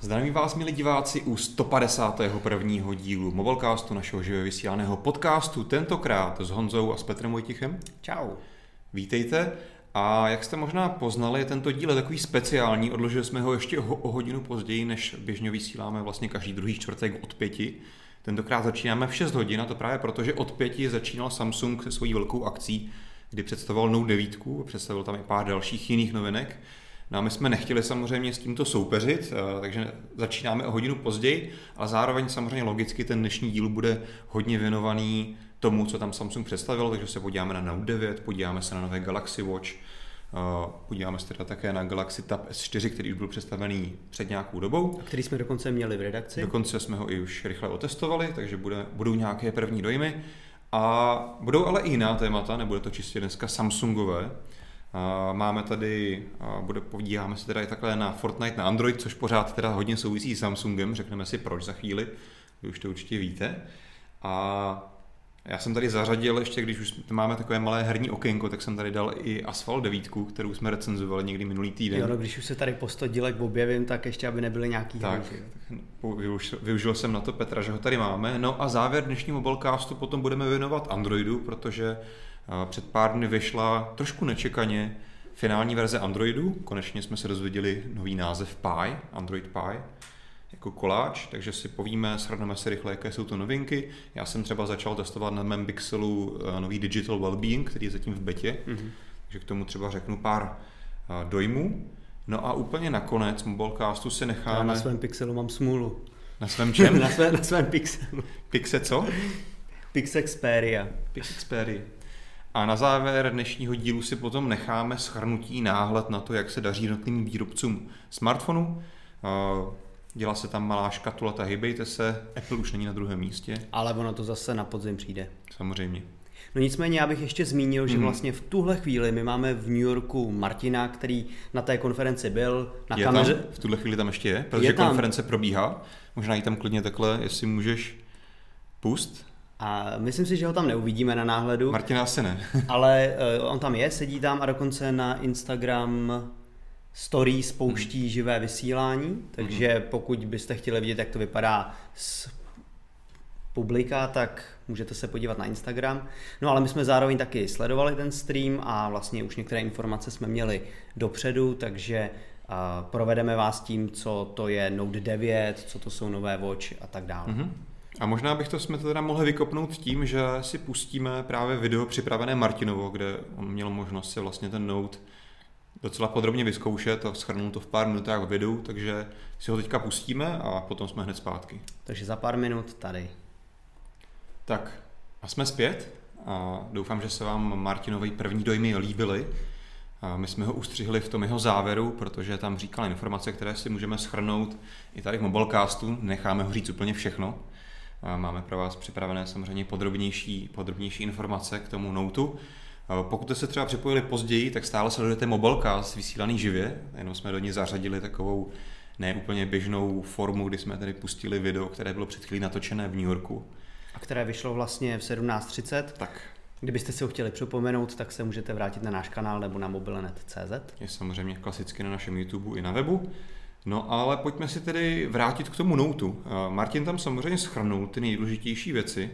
Zdravím vás, milí diváci, u 151. dílu Mobilecastu, našeho živě vysílaného podcastu, tentokrát s Honzou a s Petrem Vojtichem. Čau. Vítejte. A jak jste možná poznali, tento díl je takový speciální, odložili jsme ho ještě o hodinu později, než běžně vysíláme vlastně každý druhý čtvrtek od 5. Tentokrát začínáme v 6 hodin, a to právě proto, že od 5 začínal Samsung se svojí velkou akcí, kdy představoval Note 9, představil tam i pár dalších jiných novinek. No a my jsme nechtěli samozřejmě s tímto soupeřit, takže začínáme o hodinu později, ale zároveň samozřejmě logicky ten dnešní díl bude hodně věnovaný tomu, co tam Samsung představil, takže se podíváme na Note 9, podíváme se na nové Galaxy Watch, podíváme se teda také na Galaxy Tab S4, který už byl představený před nějakou dobou. Který jsme dokonce měli v redakci. Dokonce jsme ho i už rychle otestovali, takže budou nějaké první dojmy. A budou ale i jiná témata, nebude to čistě dneska Samsungové. Máme tady, podíváme se teda i takhle na Fortnite na Android, což pořád teda hodně souvisí s Samsungem, řekneme si proč za chvíli, vy už to určitě víte. A já jsem tady zařadil, ještě když už máme takové malé herní okénko, tak jsem tady dal i Asphalt 9, kterou jsme recenzovali někdy minulý týden. Jo, no, když už se tady po 100 dílek objevím, tak ještě aby nebyly nějaký tak, využil jsem na to Petra, že ho tady máme. No a závěr dnešního Mobilecastu potom budeme věnovat Androidu, protože před pár dny vyšla trošku nečekaně finální verze Androidu. Konečně jsme se dozvěděli nový název Pie, Android Pie, jako koláč, takže si povíme, shrneme si rychle, jaké jsou to novinky. Já jsem třeba začal testovat na mém Pixelu nový Digital Wellbeing, který je zatím v betě, takže k tomu třeba řeknu pár dojmů. No a úplně nakonec Mobilecastu si necháme... Já na svém Pixelu mám smůlu. Na svém čem? na svém Pixelu. Pixe co? Pixexperia. Pixexperia. A na závěr dnešního dílu si potom necháme shrnutí náhled na to, jak se daří jednotlivým výrobcům smartphonu. Dělá se tam malá škatulata, hejbejte se, Apple už není na druhém místě. Ale ono to zase na podzim přijde. Samozřejmě. No nicméně já bych ještě zmínil, že vlastně v tuhle chvíli my máme v New Yorku Martina, který na té konferenci byl. Na kameře... v tuhle chvíli tam ještě je, protože konference probíhá. Možná ji tam klidně takhle, jestli můžeš pust. A myslím si, že ho tam neuvidíme na náhledu. Martina asi ne. Ale on tam je, sedí tam a dokonce na Instagram Stories spouští živé vysílání, takže pokud byste chtěli vidět, jak to vypadá z publika, tak můžete se podívat na Instagram. No ale my jsme zároveň taky sledovali ten stream a vlastně už některé informace jsme měli dopředu, takže provedeme vás tím, co to je Note 9, co to jsou nové Watch a tak dále. A možná jsme to teda mohli vykopnout tím, že si pustíme právě video připravené Martinovo, kde on měl možnost si vlastně ten Note docela podrobně vyzkoušet a shrnout to v pár minutách v videu, takže si ho teďka pustíme a potom jsme hned zpátky. Takže za pár minut tady. Tak a jsme zpět a doufám, že se vám Martinovi první dojmy líbily. A my jsme ho ustřihli v tom jeho závěru, protože tam říkal informace, které si můžeme shrnout i tady v Mobilecastu, necháme ho říct úplně všechno. A máme pro vás připravené samozřejmě podrobnější informace k tomu Noteu. Pokud jste se třeba připojili později, tak stále sledujete Mobilecast vysílaný živě, jenom jsme do něj zařadili takovou neúplně běžnou formu, kdy jsme tady pustili video, které bylo před chvílí natočené v New Yorku. A které vyšlo vlastně v 17:30. Tak. Kdybyste si ho chtěli připomenout, tak se můžete vrátit na náš kanál nebo na mobilenet.cz. Je samozřejmě klasicky na našem YouTube i na webu. No ale pojďme si tedy vrátit k tomu Noteu. Martin tam samozřejmě shrnul ty nejdůležitější věci.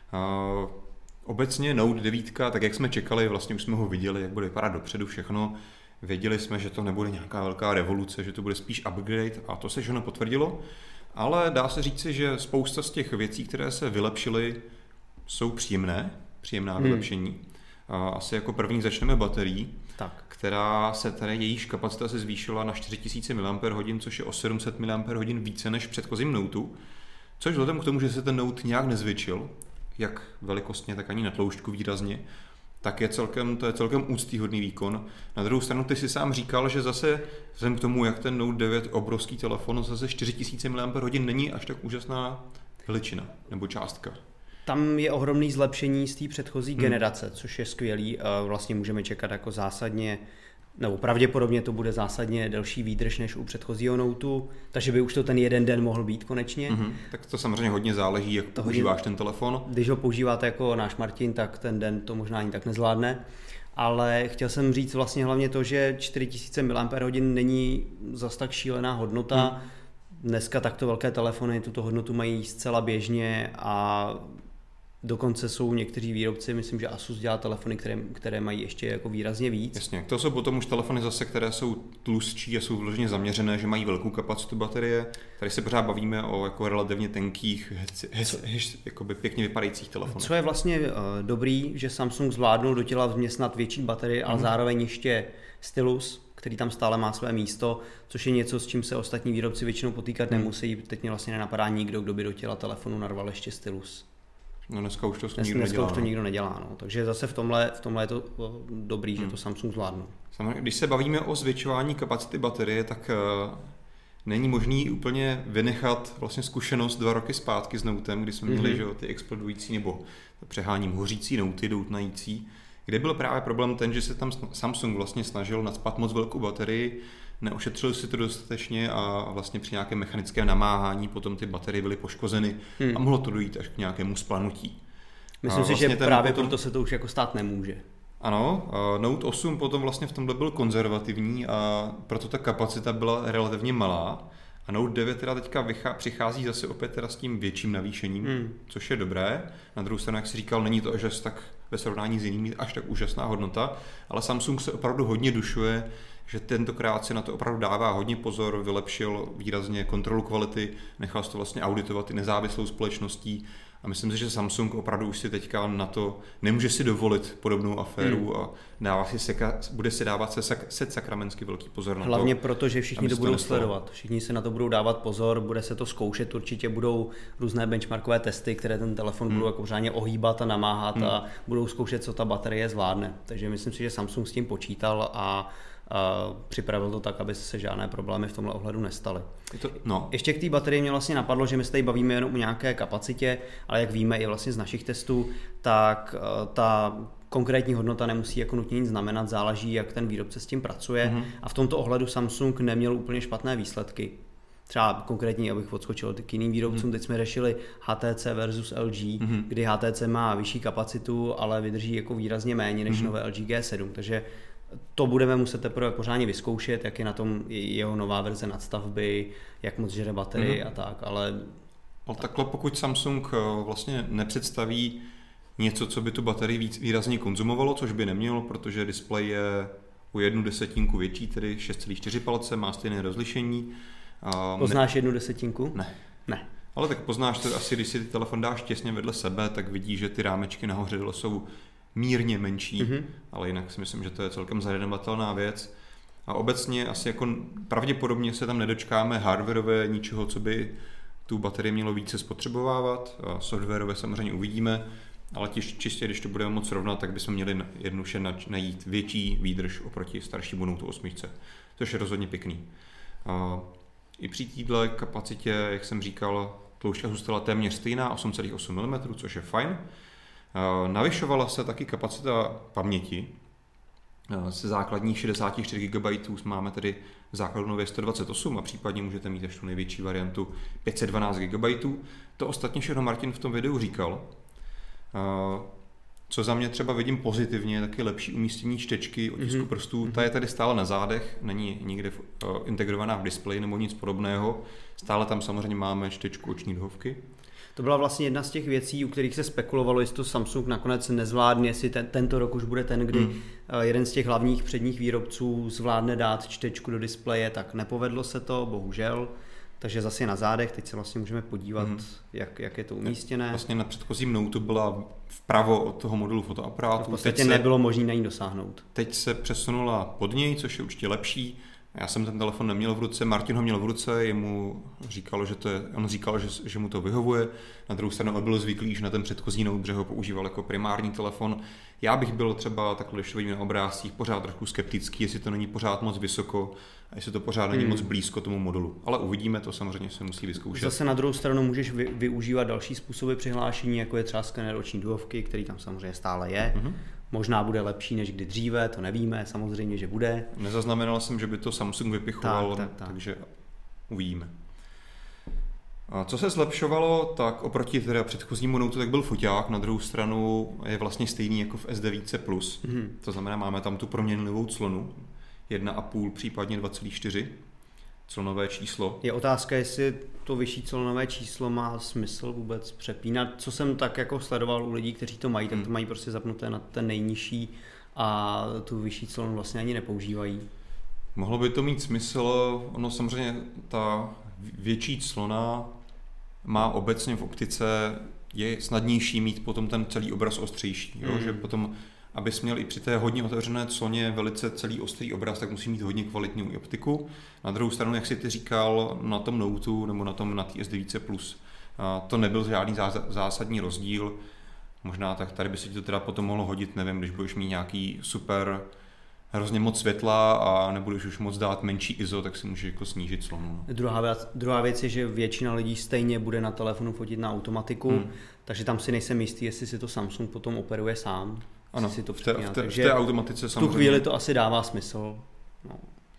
Obecně Note 9, tak jak jsme čekali, vlastně už jsme ho viděli, jak bude vypadat dopředu všechno. Věděli jsme, že to nebude nějaká velká revoluce, že to bude spíš upgrade a to se všechno potvrdilo. Ale dá se říci, že spousta z těch věcí, které se vylepšily, jsou příjemná vylepšení. Asi jako první začneme baterií, která se tady jejíž kapacita se zvýšila na 4000 mAh, což je o 700 mAh více než v předchozím Noteu. Což vzhledem k tomu, že se ten Note nějak nezvětšil, jak velikostně, tak ani na tloušťku výrazně, tak to je celkem úctyhodný výkon. Na druhou stranu ty si sám říkal, že zase vzhledem k tomu, jak ten Note 9 obrovský telefon, zase 4000 mAh není až tak úžasná veličina nebo částka. Tam je ohromný zlepšení z té předchozí generace, což je skvělý. Vlastně můžeme čekat jako zásadně, nebo pravděpodobně to bude zásadně delší výdrž než u předchozího Noteu, takže by už to ten jeden den mohl být konečně. Tak to samozřejmě hodně záleží, jak používáš ten telefon. Když ho používáte jako náš Martin, tak ten den to možná ani tak nezvládne. Ale chtěl jsem říct vlastně hlavně to, že 4000 mAh není zas tak šílená hodnota. Dneska takto velké telefony tuto hodnotu mají zcela běžně a dokonce jsou někteří výrobci, myslím, že Asus dělá telefony, které mají ještě jako výrazně víc. Jasně, to jsou potom už telefony zase, které jsou tlustší a jsou vloženě zaměřené, že mají velkou kapacitu baterie. Tady se pořád bavíme o jako relativně tenkých, jakoby pěkně vypadajících telefonech. Co je vlastně dobrý, že Samsung zvládnul do těla vměstnat větší baterii, ale zároveň ještě stylus, který tam stále má své místo, což je něco, s čím se ostatní výrobci většinou potýkat nemusí. Teď mě vlastně nenapadá nikdo, kdo by do těla telefonu narval ještě stylus. No dneska už to nikdo nedělá. No. Takže zase v tomhle je to dobrý, že to Samsung zvládnul. Samozřejmě, když se bavíme o zvětšování kapacity baterie, tak není možný úplně vynechat vlastně zkušenost 2 roky zpátky s Notem, kdy jsme měli že, ty explodující nebo přeháním hořící Noty, doutnající, kde byl právě problém ten, že se tam Samsung vlastně snažil nacpat moc velkou baterii, neošetřil si to dostatečně a vlastně při nějakém mechanickém namáhání potom ty baterie byly poškozeny a mohlo to dojít až k nějakému splanutí. Myslím si, že právě proto se to už jako stát nemůže. Ano, Note 8 potom vlastně v tomhle byl konzervativní a proto ta kapacita byla relativně malá. A Note 9 teda teďka přichází zase opět teda s tím větším navýšením, což je dobré. Na druhou stranu, jak jsi říkal, není to až tak ve srovnání s jinými až tak úžasná hodnota, ale Samsung se opravdu hodně dušuje, že tentokrát si na to opravdu dává hodně pozor, vylepšil výrazně kontrolu kvality, nechal to vlastně auditovat i nezávislou společností a myslím si, že Samsung opravdu už si teďka na to nemůže si dovolit podobnou aféru a bude si dávat se sakramensky velký pozor na to. Hlavně proto, že všichni to budou sledovat, všichni se na to budou dávat pozor, bude se to zkoušet, určitě budou různé benchmarkové testy, které ten telefon budou jako pořádně ohýbat a namáhat a budou zkoušet, co ta baterie zvládne. Takže myslím si, že Samsung s tím počítal a připravil to tak, aby se žádné problémy v tomhle ohledu nestaly. Ještě k té baterii mě vlastně napadlo, že my se tady bavíme jenom o nějaké kapacitě, ale jak víme i vlastně z našich testů, tak ta konkrétní hodnota nemusí jako nutně nic znamenat, záleží, jak ten výrobce s tím pracuje a v tomto ohledu Samsung neměl úplně špatné výsledky. Třeba konkrétně, abych odskočil k jiným výrobcům, teď jsme řešili HTC versus LG, kdy HTC má vyšší kapacitu, ale vydrží jako výrazně méně než nové LG G7, takže to budeme muset teprve pořádně vyzkoušet, jak je na tom jeho nová verze nadstavby, jak moc žere baterii a tak, ale takhle pokud Samsung vlastně nepředstaví něco, co by tu baterii výrazně konzumovalo, což by nemělo, protože displej je o 1/10 větší, tedy 6,4 palce, má stejné rozlišení. Poznáš 1/10? Ne. Ale tak poznáš to asi, když si telefon dáš těsně vedle sebe, tak vidíš, že ty rámečky nahoře dole jsou mírně menší, ale jinak si myslím, že to je celkem zanedbatelná věc. A obecně asi jako pravděpodobně se tam nedočkáme hardwareové ničeho, co by tu baterii mělo více spotřebovávat. Softwarové samozřejmě uvidíme, ale čistě, když to budeme moc srovnat, tak bychom měli jednoduše najít větší výdrž oproti staršímu Note 8, což je rozhodně pěkný. I při této kapacitě, jak jsem říkal, tloušťka zůstala téměř stejná, 8,8 mm, což je fajn. Navyšovala se taky kapacita paměti. Se základních 64 GB máme tedy v základu nově 128 a případně můžete mít ještě tu největší variantu 512 GB. To ostatně všechno Martin v tom videu říkal. Co za mě třeba vidím pozitivně, taky lepší umístění čtečky otisku prstů. Ta je tady stále na zádech, není nikde integrovaná v displeji nebo nic podobného. Stále tam samozřejmě máme čtečku oční duhovky. To byla vlastně jedna z těch věcí, u kterých se spekulovalo, jestli to Samsung nakonec nezvládne, jestli tento rok už bude ten, kdy jeden z těch hlavních předních výrobců zvládne dát čtečku do displeje, tak nepovedlo se to, bohužel. Takže zase na zádech, teď se vlastně můžeme podívat, jak je to umístěné. Vlastně na předchozím Note byla vpravo od toho modulu fotoaparátu. V podstatě nebylo možné na ní dosáhnout. Teď se přesunula pod něj, což je určitě lepší. Já jsem ten telefon neměl v ruce, Martin ho měl v ruce, on říkal, že mu to vyhovuje. Na druhou stranu on byl zvyklý, že na ten předchozí Note, že ho používal jako primární telefon. Já bych byl třeba takhle, když to vidím na obrázcích, pořád trošku skeptický, jestli to není pořád moc vysoko a jestli to pořád není moc blízko tomu modulu. Ale uvidíme, to samozřejmě se musí vyzkoušet. Zase na druhou stranu můžeš využívat další způsoby přihlášení, jako je třeba skener oční duhovky, který tam samozřejmě stále je. Možná bude lepší než kdy dříve, to nevíme, samozřejmě, že bude. Nezaznamenal jsem, že by to Samsung vypichoval, takže uvidíme. A co se zlepšovalo, tak oproti teda předchozímu Note, tak byl foťák, na druhou stranu je vlastně stejný jako v S9 Plus. To znamená, máme tam tu proměnlivou clonu, 1,5, případně 2,4. clonové číslo. Je otázka, jestli to vyšší clonové číslo má smysl vůbec přepínat. Co jsem tak jako sledoval u lidí, kteří to mají, tak to mají prostě zapnuté na ten nejnižší a tu vyšší clonu vlastně ani nepoužívají. Mohlo by to mít smysl, ono samozřejmě ta větší clona má obecně v optice, je snadnější mít potom ten celý obraz ostřejší, jo? Že potom, abys měl i při té hodně otevřené cloně velice celý ostrý obraz, tak musí mít hodně kvalitní optiku. Na druhou stranu, jak jsi ty říkal, na tom Noteu nebo na té S9 Plus, to nebyl žádný zásadní rozdíl. Možná tak tady by se ti to teda potom mohlo hodit, nevím, když budeš mít nějaký super hrozně moc světla a nebudeš už moc dát menší ISO, tak si můžeš jako snížit clonu. Druhá věc je, že většina lidí stejně bude na telefonu fotit na automatiku, takže tam si nejsem jistý, jestli si to Samsung potom operuje sám. Ano, si to v té automatice samozřejmě. V tu chvíli to asi dává smysl. No.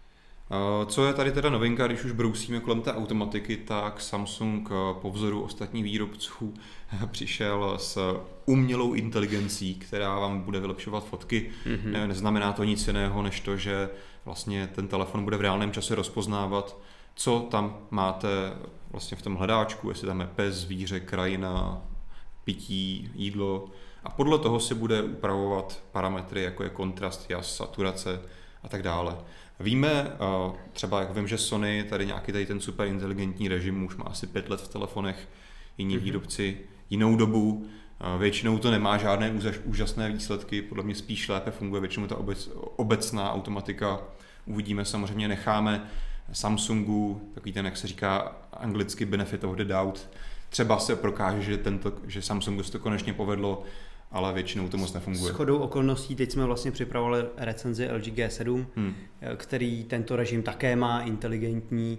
Co je tady teda novinka, když už brousíme kolem té automatiky, tak Samsung po vzoru ostatních výrobců přišel s umělou inteligencí, která vám bude vylepšovat fotky. Neznamená to nic jiného, než to, že vlastně ten telefon bude v reálném čase rozpoznávat, co tam máte vlastně v tom hledáčku, jestli tam je pes, zvíře, krajina, pití, jídlo. A podle toho si bude upravovat parametry, jako je kontrast, jas, saturace a tak dále. Víme, třeba jak vím, že Sony tady nějaký tady ten super inteligentní režim už má asi 5 let v telefonech, jiní výrobci jinou dobu, většinou to nemá žádné úžasné výsledky, podle mě spíš lépe funguje, většinou ta obecná automatika, uvidíme, samozřejmě necháme Samsungu, takový ten, jak se říká anglicky benefit of the doubt, třeba se prokáže, že Samsungu se to konečně povedlo, ale většinou to moc nefunguje. Shodou okolností teď jsme vlastně připravovali recenzi LG G7, který tento režim také má inteligentní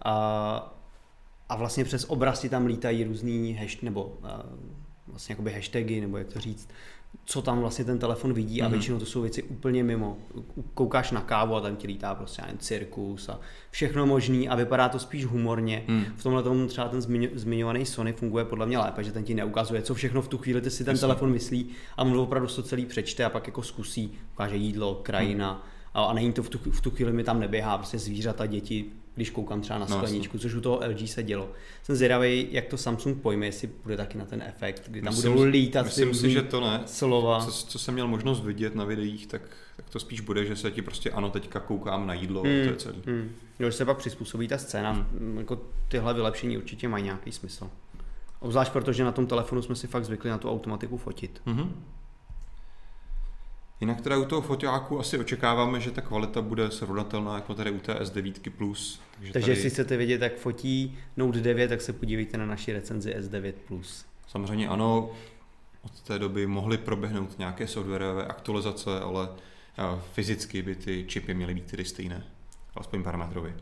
a vlastně přes obraz ti tam lítají různý vlastně jakoby hashtagy, nebo jak to říct, co tam vlastně ten telefon vidí a většinou to jsou věci úplně mimo. Koukáš na kávu a tam ti lítá prostě cirkus a všechno možný a vypadá to spíš humorně. V tomhle tomu třeba ten zmiňovaný Sony funguje podle mě lépe, že ten ti neukazuje, co všechno v tu chvíli ty si ten telefon myslí a on opravdu to celý přečte a pak jako zkusí, ukáže jídlo, krajina a není to v tu chvíli mi tam neběhá prostě zvířata, děti, když koukám třeba na skleničku, což u toho LG se dělo. Jsem zvědavý, jak to Samsung pojme, jestli bude taky na ten efekt, kdy tam budou lítat myslím si, že to ne. Slova. Co jsem měl možnost vidět na videích, tak to spíš bude, že se ti prostě ano, teďka koukám na jídlo, to je celý. Jo, že se pak přizpůsobí ta scéna, jako tyhle vylepšení určitě mají nějaký smysl. Obzvlášť protože na tom telefonu jsme si fakt zvykli na tu automatiku fotit. Jinak teda u toho foťáku asi očekáváme, že ta kvalita bude srovnatelná jako tady u té S9 Plus. Takže jestli chcete vědět, jak fotí Note 9, tak se podívejte na naši recenzi S9 Plus. Samozřejmě ano, od té doby mohly proběhnout nějaké softwarové aktualizace, ale fyzicky by ty čipy měly být tedy stejné, alespoň parametrově.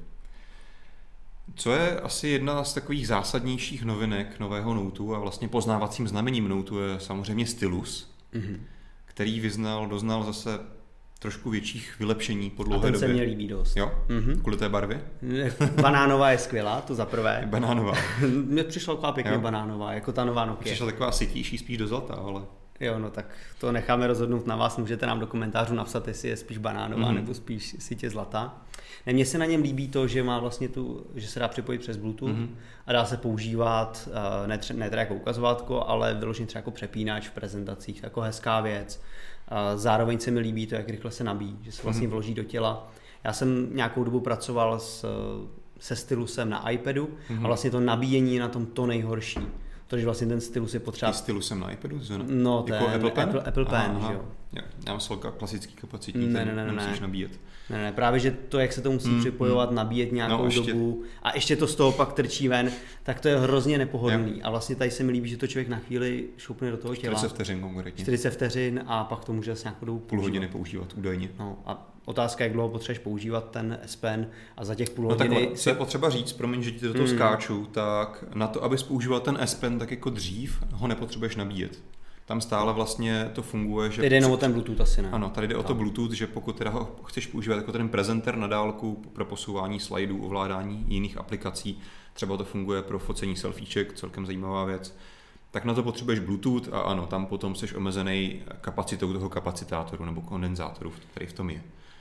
Co je asi jedna z takových zásadnějších novinek nového Noteu a vlastně poznávacím znamením Noteu je samozřejmě stylus, který doznal zase trošku větších vylepšení po dlouhé době. A ten se mě líbí dost. Jo? Kvůli té barvě? Banánová je skvělá, to za prvé. Banánová. Mně přišla taková pěkně banánová, jako ta nová Nokia. Přišla taková sytější, spíš do zlata, ale... Jo, no tak to necháme rozhodnout na vás, můžete nám do komentářů napsat, jestli je spíš banánová nebo spíš sytě zlatá. Ne, mně se na něm líbí to, že má vlastně že se dá připojit přes Bluetooth a dá se používat, ne teda jako ukazovátko, ale vyloženě třeba jako přepínač v prezentacích, jako hezká věc. Zároveň se mi líbí to, jak rychle se nabíjí, že se vlastně vloží do těla. Já jsem nějakou dobu pracoval se stylusem na iPadu a vlastně to nabíjení je na tom to nejhorší. Protože vlastně ten stylus je potřeba... Stylusem na iPadu? No, jako Apple Pen? Apple Pen, že jo. Já myslel klasický kapacitní, ten musíš nabíjet. Ne, právě, že to, jak se to musí připojovat, nabíjet nějakou dobu a ještě to z toho pak trčí ven, tak to je hrozně nepohodlný. Jo. A vlastně tady se mi líbí, že to člověk na chvíli šoupne do toho těla. 40 vteřin konkrétně. 40 vteřin a pak to může s nějakou dobu půl hodiny používat údajně. No a otázka, jak dlouho potřebuješ používat ten S Pen a za těch půl hodiny... Co je potřeba říct, promiň, že ti do toho skáču, tak na to, abys používal ten S Pen tak jako dřív, ho nepotřebuješ nabíjet. Tam stále vlastně to funguje, že... Tady jde o ten Bluetooth asi, ne? Ano, tady jde o to Bluetooth, že pokud teda ho chceš používat jako ten prezenter na dálku pro posouvání slajdů, ovládání jiných aplikací, třeba to funguje pro focení selfieček, celkem zajímavá věc, tak na to potřebuješ Bluetooth a ano, tam potom jsi omezený kapacitou toho kapacitátoru nebo kondenzátoru, který v tom je.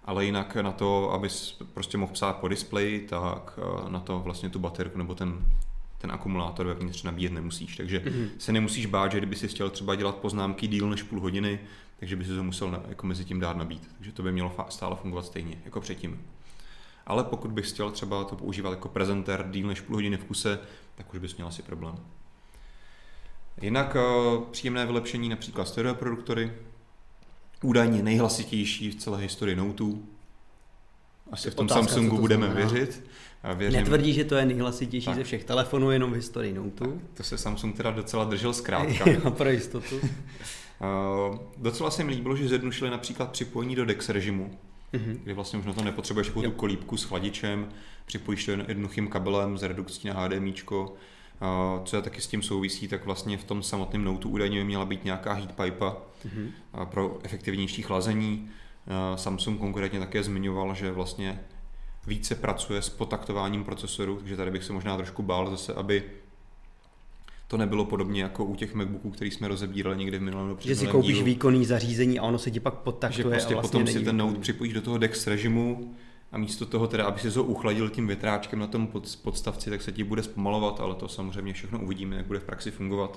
ale jinak na to, abys prostě mohl psát po displeji, tak na to vlastně tu baterku nebo ten akumulátor vevnitř nabíjet nemusíš. Takže se nemusíš bát, že kdyby si chtěl třeba dělat poznámky díl než půl hodiny, takže by si to musel jako mezi tím dát nabít. Takže to by mělo stále fungovat stejně jako předtím. Ale pokud bych chtěl třeba to používat jako prezentér díl než půl hodiny v kuse, tak už bys měl asi problém. Jinak příjemné vylepšení, například stereoproduktory, údajně nejhlasitější v celé historii Noteů. Asi v tom Samsungu budeme věřit. Netvrdí, že to je nejhlasitější ze všech telefonů, jenom v historii Noteů. To se Samsung teda docela držel zkrátka. Jo, pro jistotu. Docela se mi líbilo, že zjednodušili například připojení do DeX režimu, kdy vlastně už na to nepotřebuješ jako tu kolíbku s chladičem, připojíš to jednoduchým kabelem z redukcí na HDMIčko. Co je taky s tím souvisí, tak vlastně v tom samotném Noteu údajně by měla být nějaká heat pipe pro efektivnější chlazení. Samsung konkrétně také zmiňoval, že vlastně více pracuje s potaktováním procesoru, takže tady bych se možná trošku bál zase, aby to nebylo podobně jako u těch MacBooků, který jsme rozebírali někde v minulém že si koupíš výkonný zařízení a ono se ti pak podtaktuje. Že prostě a vlastně potom si ten Note připojíš do toho DeX režimu a místo toho teda, aby si ho uchladil tím větráčkem na tom podstavci, tak se ti bude zpomalovat, ale to samozřejmě všechno uvidíme, jak bude v praxi fungovat.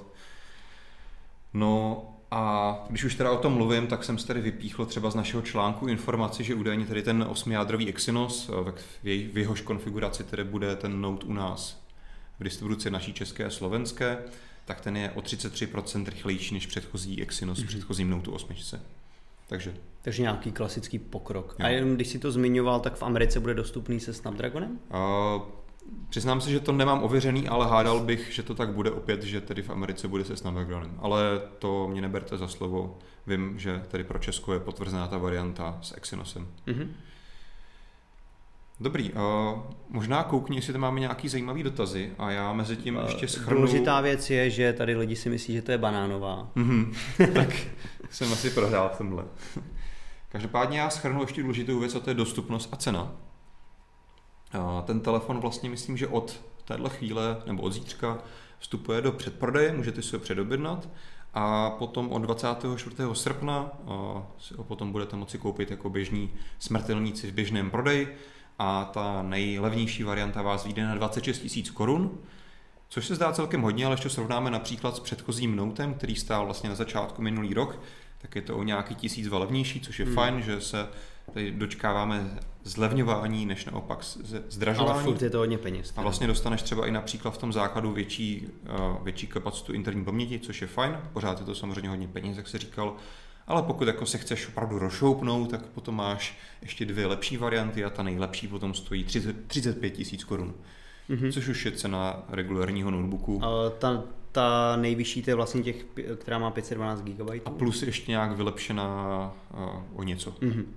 No a když už teda o tom mluvím, tak jsem si tady vypíchl třeba z našeho článku informaci, že údajně tady ten 8jádrový Exynos, v jehož konfiguraci tedy bude ten Note u nás v distribuci naší české a slovenské, tak ten je o 33% rychlejší než předchozí Exynos v předchozím Note 8. Takže nějaký klasický pokrok. Jo. A jenom když si to zmiňoval, tak v Americe bude dostupný se Snapdragonem? Přiznám se, že to nemám ověřený, ale hádal bych, že to tak bude opět, že tedy v Americe bude se Snapdragonem. Ale to mě neberte za slovo. Vím, že tedy pro Česko je potvrzená ta varianta s Exynosem. Dobrý, možná koukni, jestli tam máme nějaký zajímavý dotazy a já mezi tím ještě shrnu. Důležitá věc je, že tady lidi si myslí, že to je banánová. Tak jsem asi prohrál v tomhle. Každopádně já shrnu ještě důležitou věc, a to je dostupnost a cena. Ten telefon vlastně myslím, že od téhle chvíle nebo od zítřka vstupuje do předprodeje, můžete si ho předobjednat a potom od 24. srpna si ho potom budete moci koupit jako běžní smrtelníci v běžném prodeji a ta nejlevnější varianta vás vyjde na 26 000 korun, což se zdá celkem hodně, ale když to srovnáme například s předchozím Notem, který stál vlastně na začátku minulý rok, tak je to o nějaký 1000 levnější, což je fajn, že se tady dočkáváme zlevňování než naopak zdražování. Ale furt je to hodně peněz. A vlastně dostaneš třeba i například v tom základu větší kapacitu interní paměti, což je fajn. Pořád je to samozřejmě hodně peněz, jak se říkal. Ale pokud jako se chceš opravdu rozšoupnout, tak potom máš ještě dvě lepší varianty a ta nejlepší potom stojí 35 000 korun. Což už je cena regulárního notebooku. Ta nejvyšší to je vlastně těch, která má 512 GB. A plus ještě nějak vylepšená o něco.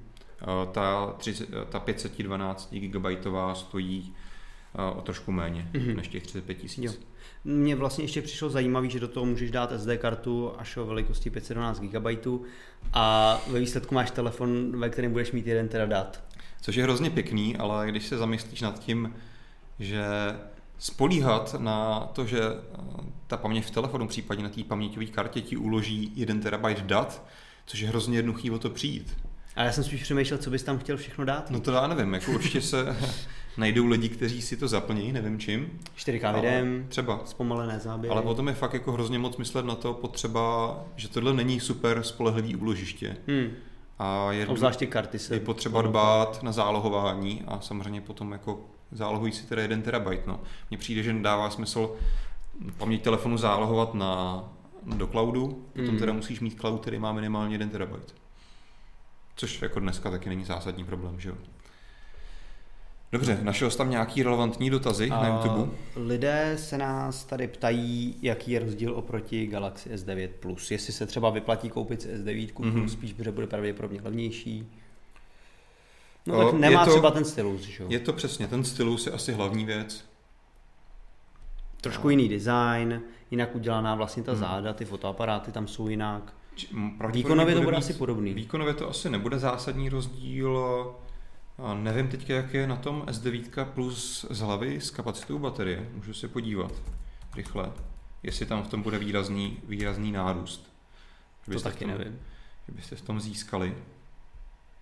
Ta 512 GB stojí o trošku méně než těch 35 000. Mně vlastně ještě přišlo zajímavé, že do toho můžeš dát SD kartu až o velikosti 512 GB a ve výsledku máš telefon, ve kterém budeš mít 1 teradat. Což je hrozně pěkný, ale když se zamyslíš nad tím, že spolíhat na to, že ta paměť v telefonu, případně na té paměťové kartě ti uloží 1 terabyte dat, což je hrozně jednoduchý o to přijít. Ale já jsem spíš přemýšlel, co bys tam chtěl všechno dát. No to já nevím, jako určitě se najdou lidi, kteří si to zaplní, nevím čím. 4K videem, třeba zpomalené záběry. Ale potom je fakt jako hrozně moc myslet na to potřeba, že tohle není super spolehlivý úložiště. A obzvláště karty je potřeba dbát na zálohování a samozřejmě potom jako zálohují si teda 1 terabyte. No. Mně přijde, že dává smysl paměť telefonu zálohovat do cloudu, potom teda musíš mít cloud, který má minimálně 1 terabyte. Což jako dneska taky není zásadní problém, že jo? Dobře, našel jsi tam nějaký relevantní dotazy na YouTube? Lidé se nás tady ptají, jaký je rozdíl oproti Galaxy S9 Plus. Jestli se třeba vyplatí koupit si S9 Plus, spíš bude pravděpodobně levnější. No tak nemá třeba ten stylus, že jo? Je to přesně, ten stylus je asi hlavní věc. Trošku jiný design, jinak udělaná vlastně ta záda, ty fotoaparáty tam jsou jinak. Výkonově to bude asi podobný. Výkonově to asi nebude zásadní rozdíl. Nevím teď, jak je na tom S9 Plus z hlavy s kapacitou baterie. Můžu se podívat rychle, jestli tam v tom bude výrazný nárůst. To taky nevím. Že byste v tom získali.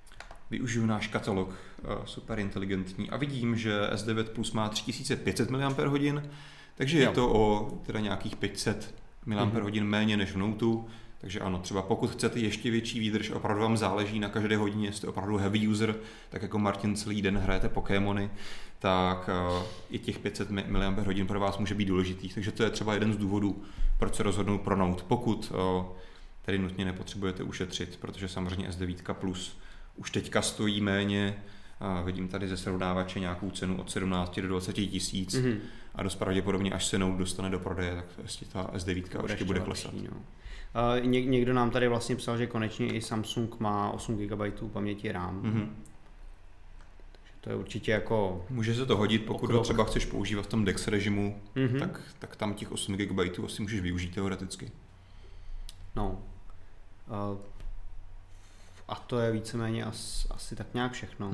využiju náš katalog, super inteligentní, a vidím, že S9 Plus má 3500 mAh, takže je to o teda nějakých 500 mAh méně než v Note. Takže ano, třeba pokud chcete ještě větší výdrž, opravdu vám záleží na každé hodině, jste opravdu heavy user, tak jako Martin celý den hrajete Pokémony, tak i těch 500 mAh pro vás může být důležitých. Takže to je třeba jeden z důvodů, proč se rozhodnout pro Note, pokud tedy nutně nepotřebujete ušetřit, protože samozřejmě S9 Plus už teďka stojí méně. Vidím tady ze srovnávače nějakou cenu od 17 do 20 tisíc a dost pravděpodobně, až se Note dostane do prodeje, tak ta S9 ještě bude klesat. Někdo nám tady vlastně psal, že konečně i Samsung má 8 GB paměti RAM. Takže to je určitě jako... Může se to hodit, pokud ho třeba chceš používat v tom DeX režimu, tak tam těch 8 GB asi můžeš využít teoreticky. No. A to je víceméně asi tak nějak všechno.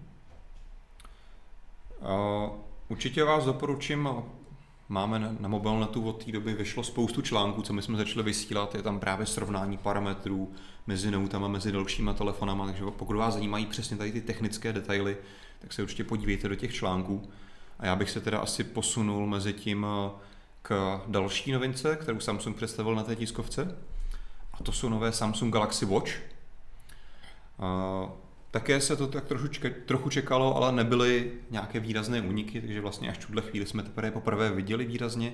Určitě vás doporučím, máme na Mobilnetu od té doby vyšlo spoustu článků, co my jsme začali vysílat, je tam právě srovnání parametrů mezi Notama, mezi dalšíma telefonama, takže pokud vás zajímají přesně tady ty technické detaily, tak se určitě podívejte do těch článků. A já bych se teda asi posunul mezi tím k další novince, kterou Samsung představil na té tiskovce, a to jsou nové Samsung Galaxy Watch. Také se to tak trochu čekalo, ale nebyly nějaké výrazné úniky, takže vlastně až v tuhle chvíli jsme teprve poprvé viděli výrazně.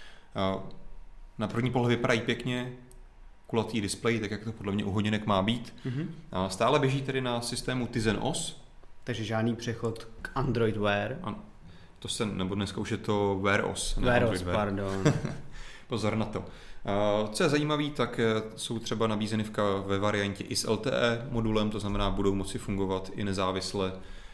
Na první pohled vypadají pěkně, kulatý displej, tak jak to podle mě u hodinek má být. Stále běží tedy na systému Tizen OS. Takže žádný přechod k Android Wear. Ano, nebo dneska už je to Wear OS. Wear OS, pardon. Pozor na to. Co je zajímavé, tak jsou třeba nabízeny ve variantě i s LTE modulem, to znamená, budou moci fungovat i nezávisle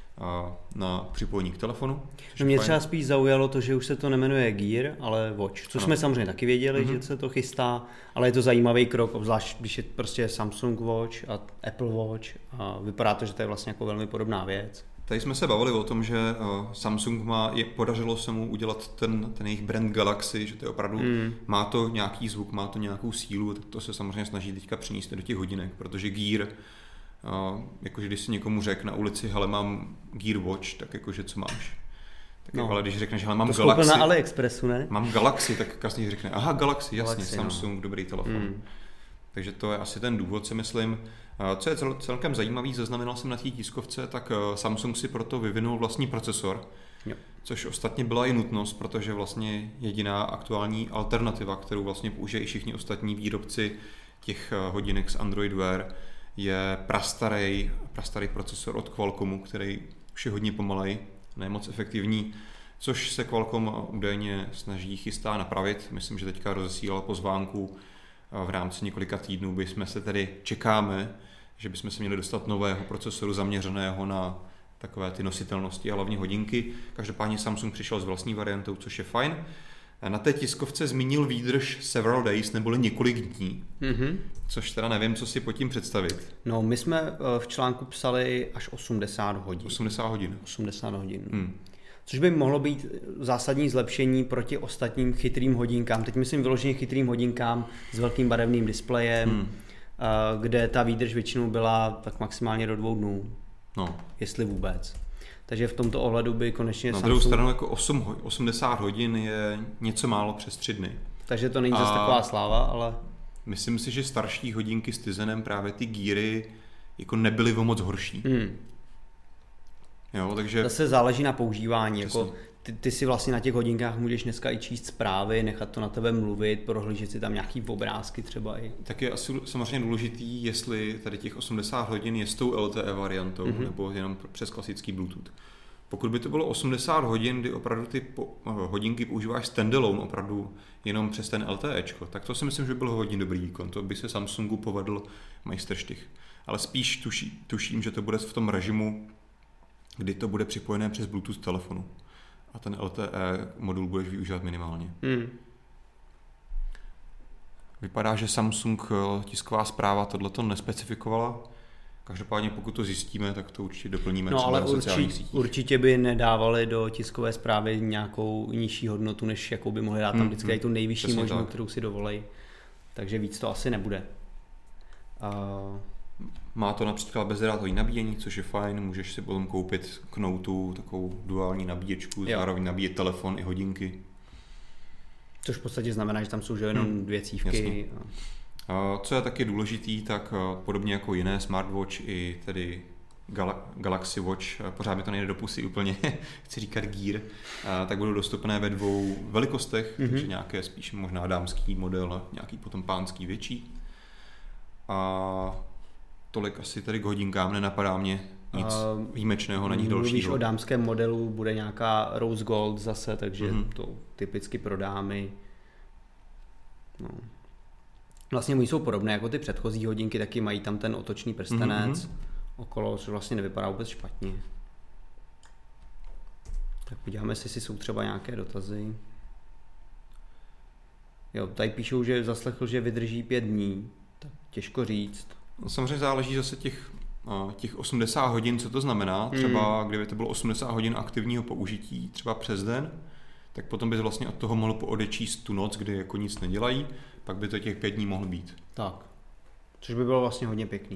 na připojení k telefonu. Mě třeba spíš zaujalo to, že už se to nemenuje Gear, ale Watch, což jsme samozřejmě taky věděli, že se to chystá, ale je to zajímavý krok, obzvlášť když je prostě Samsung Watch a Apple Watch a vypadá to, že to je vlastně jako velmi podobná věc. Tady jsme se bavili o tom, že Samsung podařilo se mu udělat ten jejich brand Galaxy, že to je opravdu, má to nějaký zvuk, má to nějakou sílu, tak to se samozřejmě snaží teďka přinést do těch hodinek, protože Gear, jakože když si někomu řekne na ulici, hele, mám Gear Watch, tak jakože co máš? Tak ale když řekneš, hele, mám to Galaxy, na AliExpressu, ne? Mám Galaxy, tak kasně řekne, aha, Galaxy, jasně, Samsung, dobrý telefon. Takže to je asi ten důvod, si myslím. Co je celkem zajímavý, zaznamenal jsem na té tiskovce, tak Samsung si proto vyvinul vlastní procesor, což ostatně byla i nutnost, protože vlastně jediná aktuální alternativa, kterou vlastně použijí i všichni ostatní výrobci těch hodinek s Android Wear, je prastarý procesor od Qualcommu, který už je hodně pomalej, ne moc efektivní, což se Qualcomm údajně chystá napravit. Myslím, že teďka rozesílal pozvánku v rámci několika týdnů, čekáme, že bychom se měli dostat nového procesoru zaměřeného na takové ty nositelnosti a hlavně hodinky. Každopádně Samsung přišel s vlastní variantou, což je fajn. Na té tiskovce zmínil výdrž several days, neboli několik dní, což teda nevím, co si pod tím představit. No, my jsme v článku psali až 80 hodin. 80 hodin. 80 hodin. Což by mohlo být zásadní zlepšení proti ostatním chytrým hodinkám. Teď myslím vyloženě chytrým hodinkám s velkým barevným displejem, kde ta výdrž většinou byla tak maximálně do 2 dnů. No. Jestli vůbec. Takže v tomto ohledu by konečně na druhou stranu jako 80 hodin je něco málo přes 3 dny. Takže to není zase taková sláva, ale... Myslím si, že starší hodinky s Tizenem, právě ty Geary, jako nebyly o moc horší. Jo, takže... Zase záleží na používání. Jako ty si vlastně na těch hodinkách můžeš dneska i číst zprávy, nechat to na tebe mluvit, prohlížet si tam nějaký obrázky třeba i. Tak je asi samozřejmě důležitý, jestli tady těch 80 hodin je s tou LTE variantou, nebo jenom přes klasický Bluetooth. Pokud by to bylo 80 hodin, kdy opravdu ty hodinky používáš standalone, opravdu jenom přes ten LTEčko, tak to si myslím, že by byl hodně dobrý výkon. To by se Samsungu povedl majstrštych. Ale spíš tuším, že to bude v tom režimu, kdy to bude připojené přes Bluetooth telefonu. A ten LTE modul budeš využívat minimálně. Vypadá, že Samsung tisková zpráva tohleto nespecifikovala. Každopádně pokud to zjistíme, tak to určitě doplníme třeba ale na sociálních sítích. Určitě by nedávali do tiskové zprávy nějakou nižší hodnotu, než jakou by mohli dát tam vždycky tu nejvyšší možnou, kterou si dovolej. Takže víc to asi nebude. Má to například bezdrátový nabíjení, což je fajn, můžeš si potom koupit k Noteu takovou duální nabíječku, zároveň nabíjet telefon i hodinky. Což v podstatě znamená, že tam jsou jenom 2 cívky. Co je taky důležitý, tak podobně jako jiné smartwatch i tedy Galaxy Watch, pořád mi to nejde do pusy úplně, chci říkat Gear, tak budou dostupné ve 2 velikostech, takže nějaké spíš možná dámský model a nějaký potom pánský větší. A tolik asi tady k hodinkám, nenapadá mě nic výjimečného na nich dalšího. Mluvíš o dámském modelu, bude nějaká Rose Gold zase, takže to typicky pro dámy. No. Vlastně jsou podobné jako ty předchozí hodinky, taky mají tam ten otočný prstenec okolo, což vlastně nevypadá vůbec špatně. Tak podíváme si, jestli jsou třeba nějaké dotazy. Jo, tady píšou, že zaslechl, že vydrží 5 dní. Tak těžko říct. No, samozřejmě záleží zase těch 80 hodin, co to znamená. Třeba kdyby to bylo 80 hodin aktivního použití, třeba přes den, tak potom bys vlastně od toho mohl odečíst tu noc, kdy jako nic nedělají, pak by to těch 5 dní mohlo být. Tak, což by bylo vlastně hodně pěkný.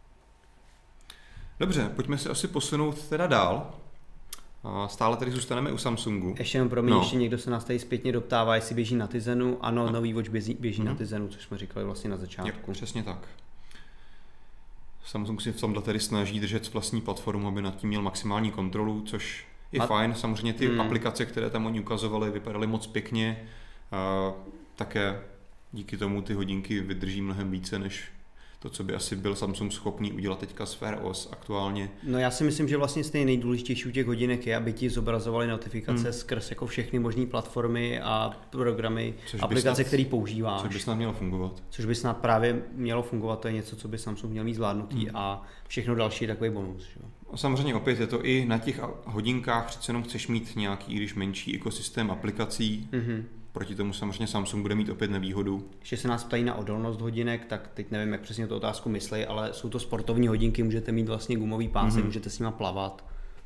Dobře, pojďme se asi posunout teda dál. Stále tady zůstaneme u Samsungu. Ještě jenom pro mě, ještě někdo se nás tady zpětně doptává, jestli běží na Tizenu. Ano, nový Watch běží na Tizenu, což jsme říkali vlastně na začátku. Jo, přesně tak. Samsung si v tomhle tedy snaží držet vlastní platformu, aby nad tím měl maximální kontrolu, což je fajn. Samozřejmě ty aplikace, které tam oni ukazovali, vypadaly moc pěkně. Také díky tomu ty hodinky vydrží mnohem více, než to, co by asi byl Samsung schopný udělat teďka s Wear OS aktuálně. No já si myslím, že vlastně stejně nejdůležitější u těch hodinek je, aby ti zobrazovali notifikace skrz jako všechny možné platformy a programy, aplikace, které používáš. Což by snad mělo fungovat. Což by snad právě mělo fungovat, to je něco, co by Samsung měl mít zvládnutý a všechno další je takový bonus. Že? A samozřejmě opět je to i na těch hodinkách, přece jenom chceš mít nějaký, i když menší ekosystém aplikací. Proti tomu samozřejmě Samsung bude mít opět nevýhodu. Ještě se nás ptají na odolnost hodinek, tak teď nevím, jak přesně tu otázku myslí, ale jsou to sportovní hodinky, můžete mít vlastně gumový pásek, můžete s nima plavat.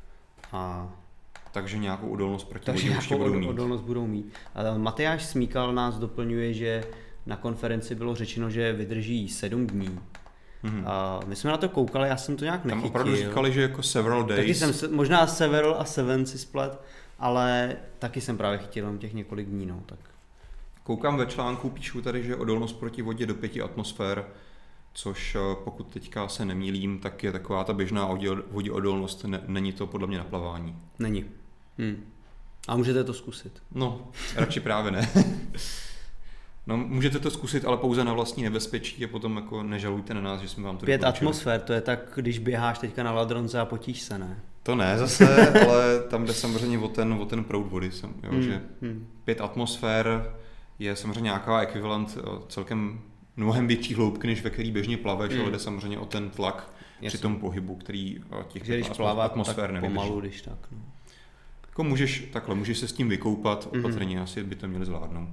Takže nějakou odolnost proti vodě určitě budou mít. Odolnost budou mít. Matyáš Smíkal nás doplňuje, že na konferenci bylo řečeno, že vydrží 7 dní. My jsme na to koukali, já jsem to nějak nechytil. Tam opravdu říkali, že jako several days. Taky jsem, možná several a 7 si splet, ale taky jsem právě chytil jenom těch několik dní. No, tak. Koukám ve článku, píšu tady, že odolnost proti vodě do 5 atmosfér, což pokud teďka se nemýlím, tak je taková ta běžná voděodolnost, není to podle mě na plavání. Není. A můžete to zkusit. No, radši právě ne. No, můžete to zkusit, ale pouze na vlastní nebezpečí a potom jako nežalujte na nás, že jsme vám to 5 atmosfér, to je tak, když běháš teďka na ladronce a potíš se, ne? To ne zase, ale tam jde samozřejmě o ten proud vody. Že 5 atmosfér je samozřejmě nějaká ekvivalent celkem mnohem větší hloubky, než ve který běžně plaveš, ale jde samozřejmě o ten tlak při tom pohybu, který těch 5 atmosfér nevydrží. Pomalu, když tak. No. Jako můžeš se s tím vykoupat, opatrně asi by to měli zvládnout.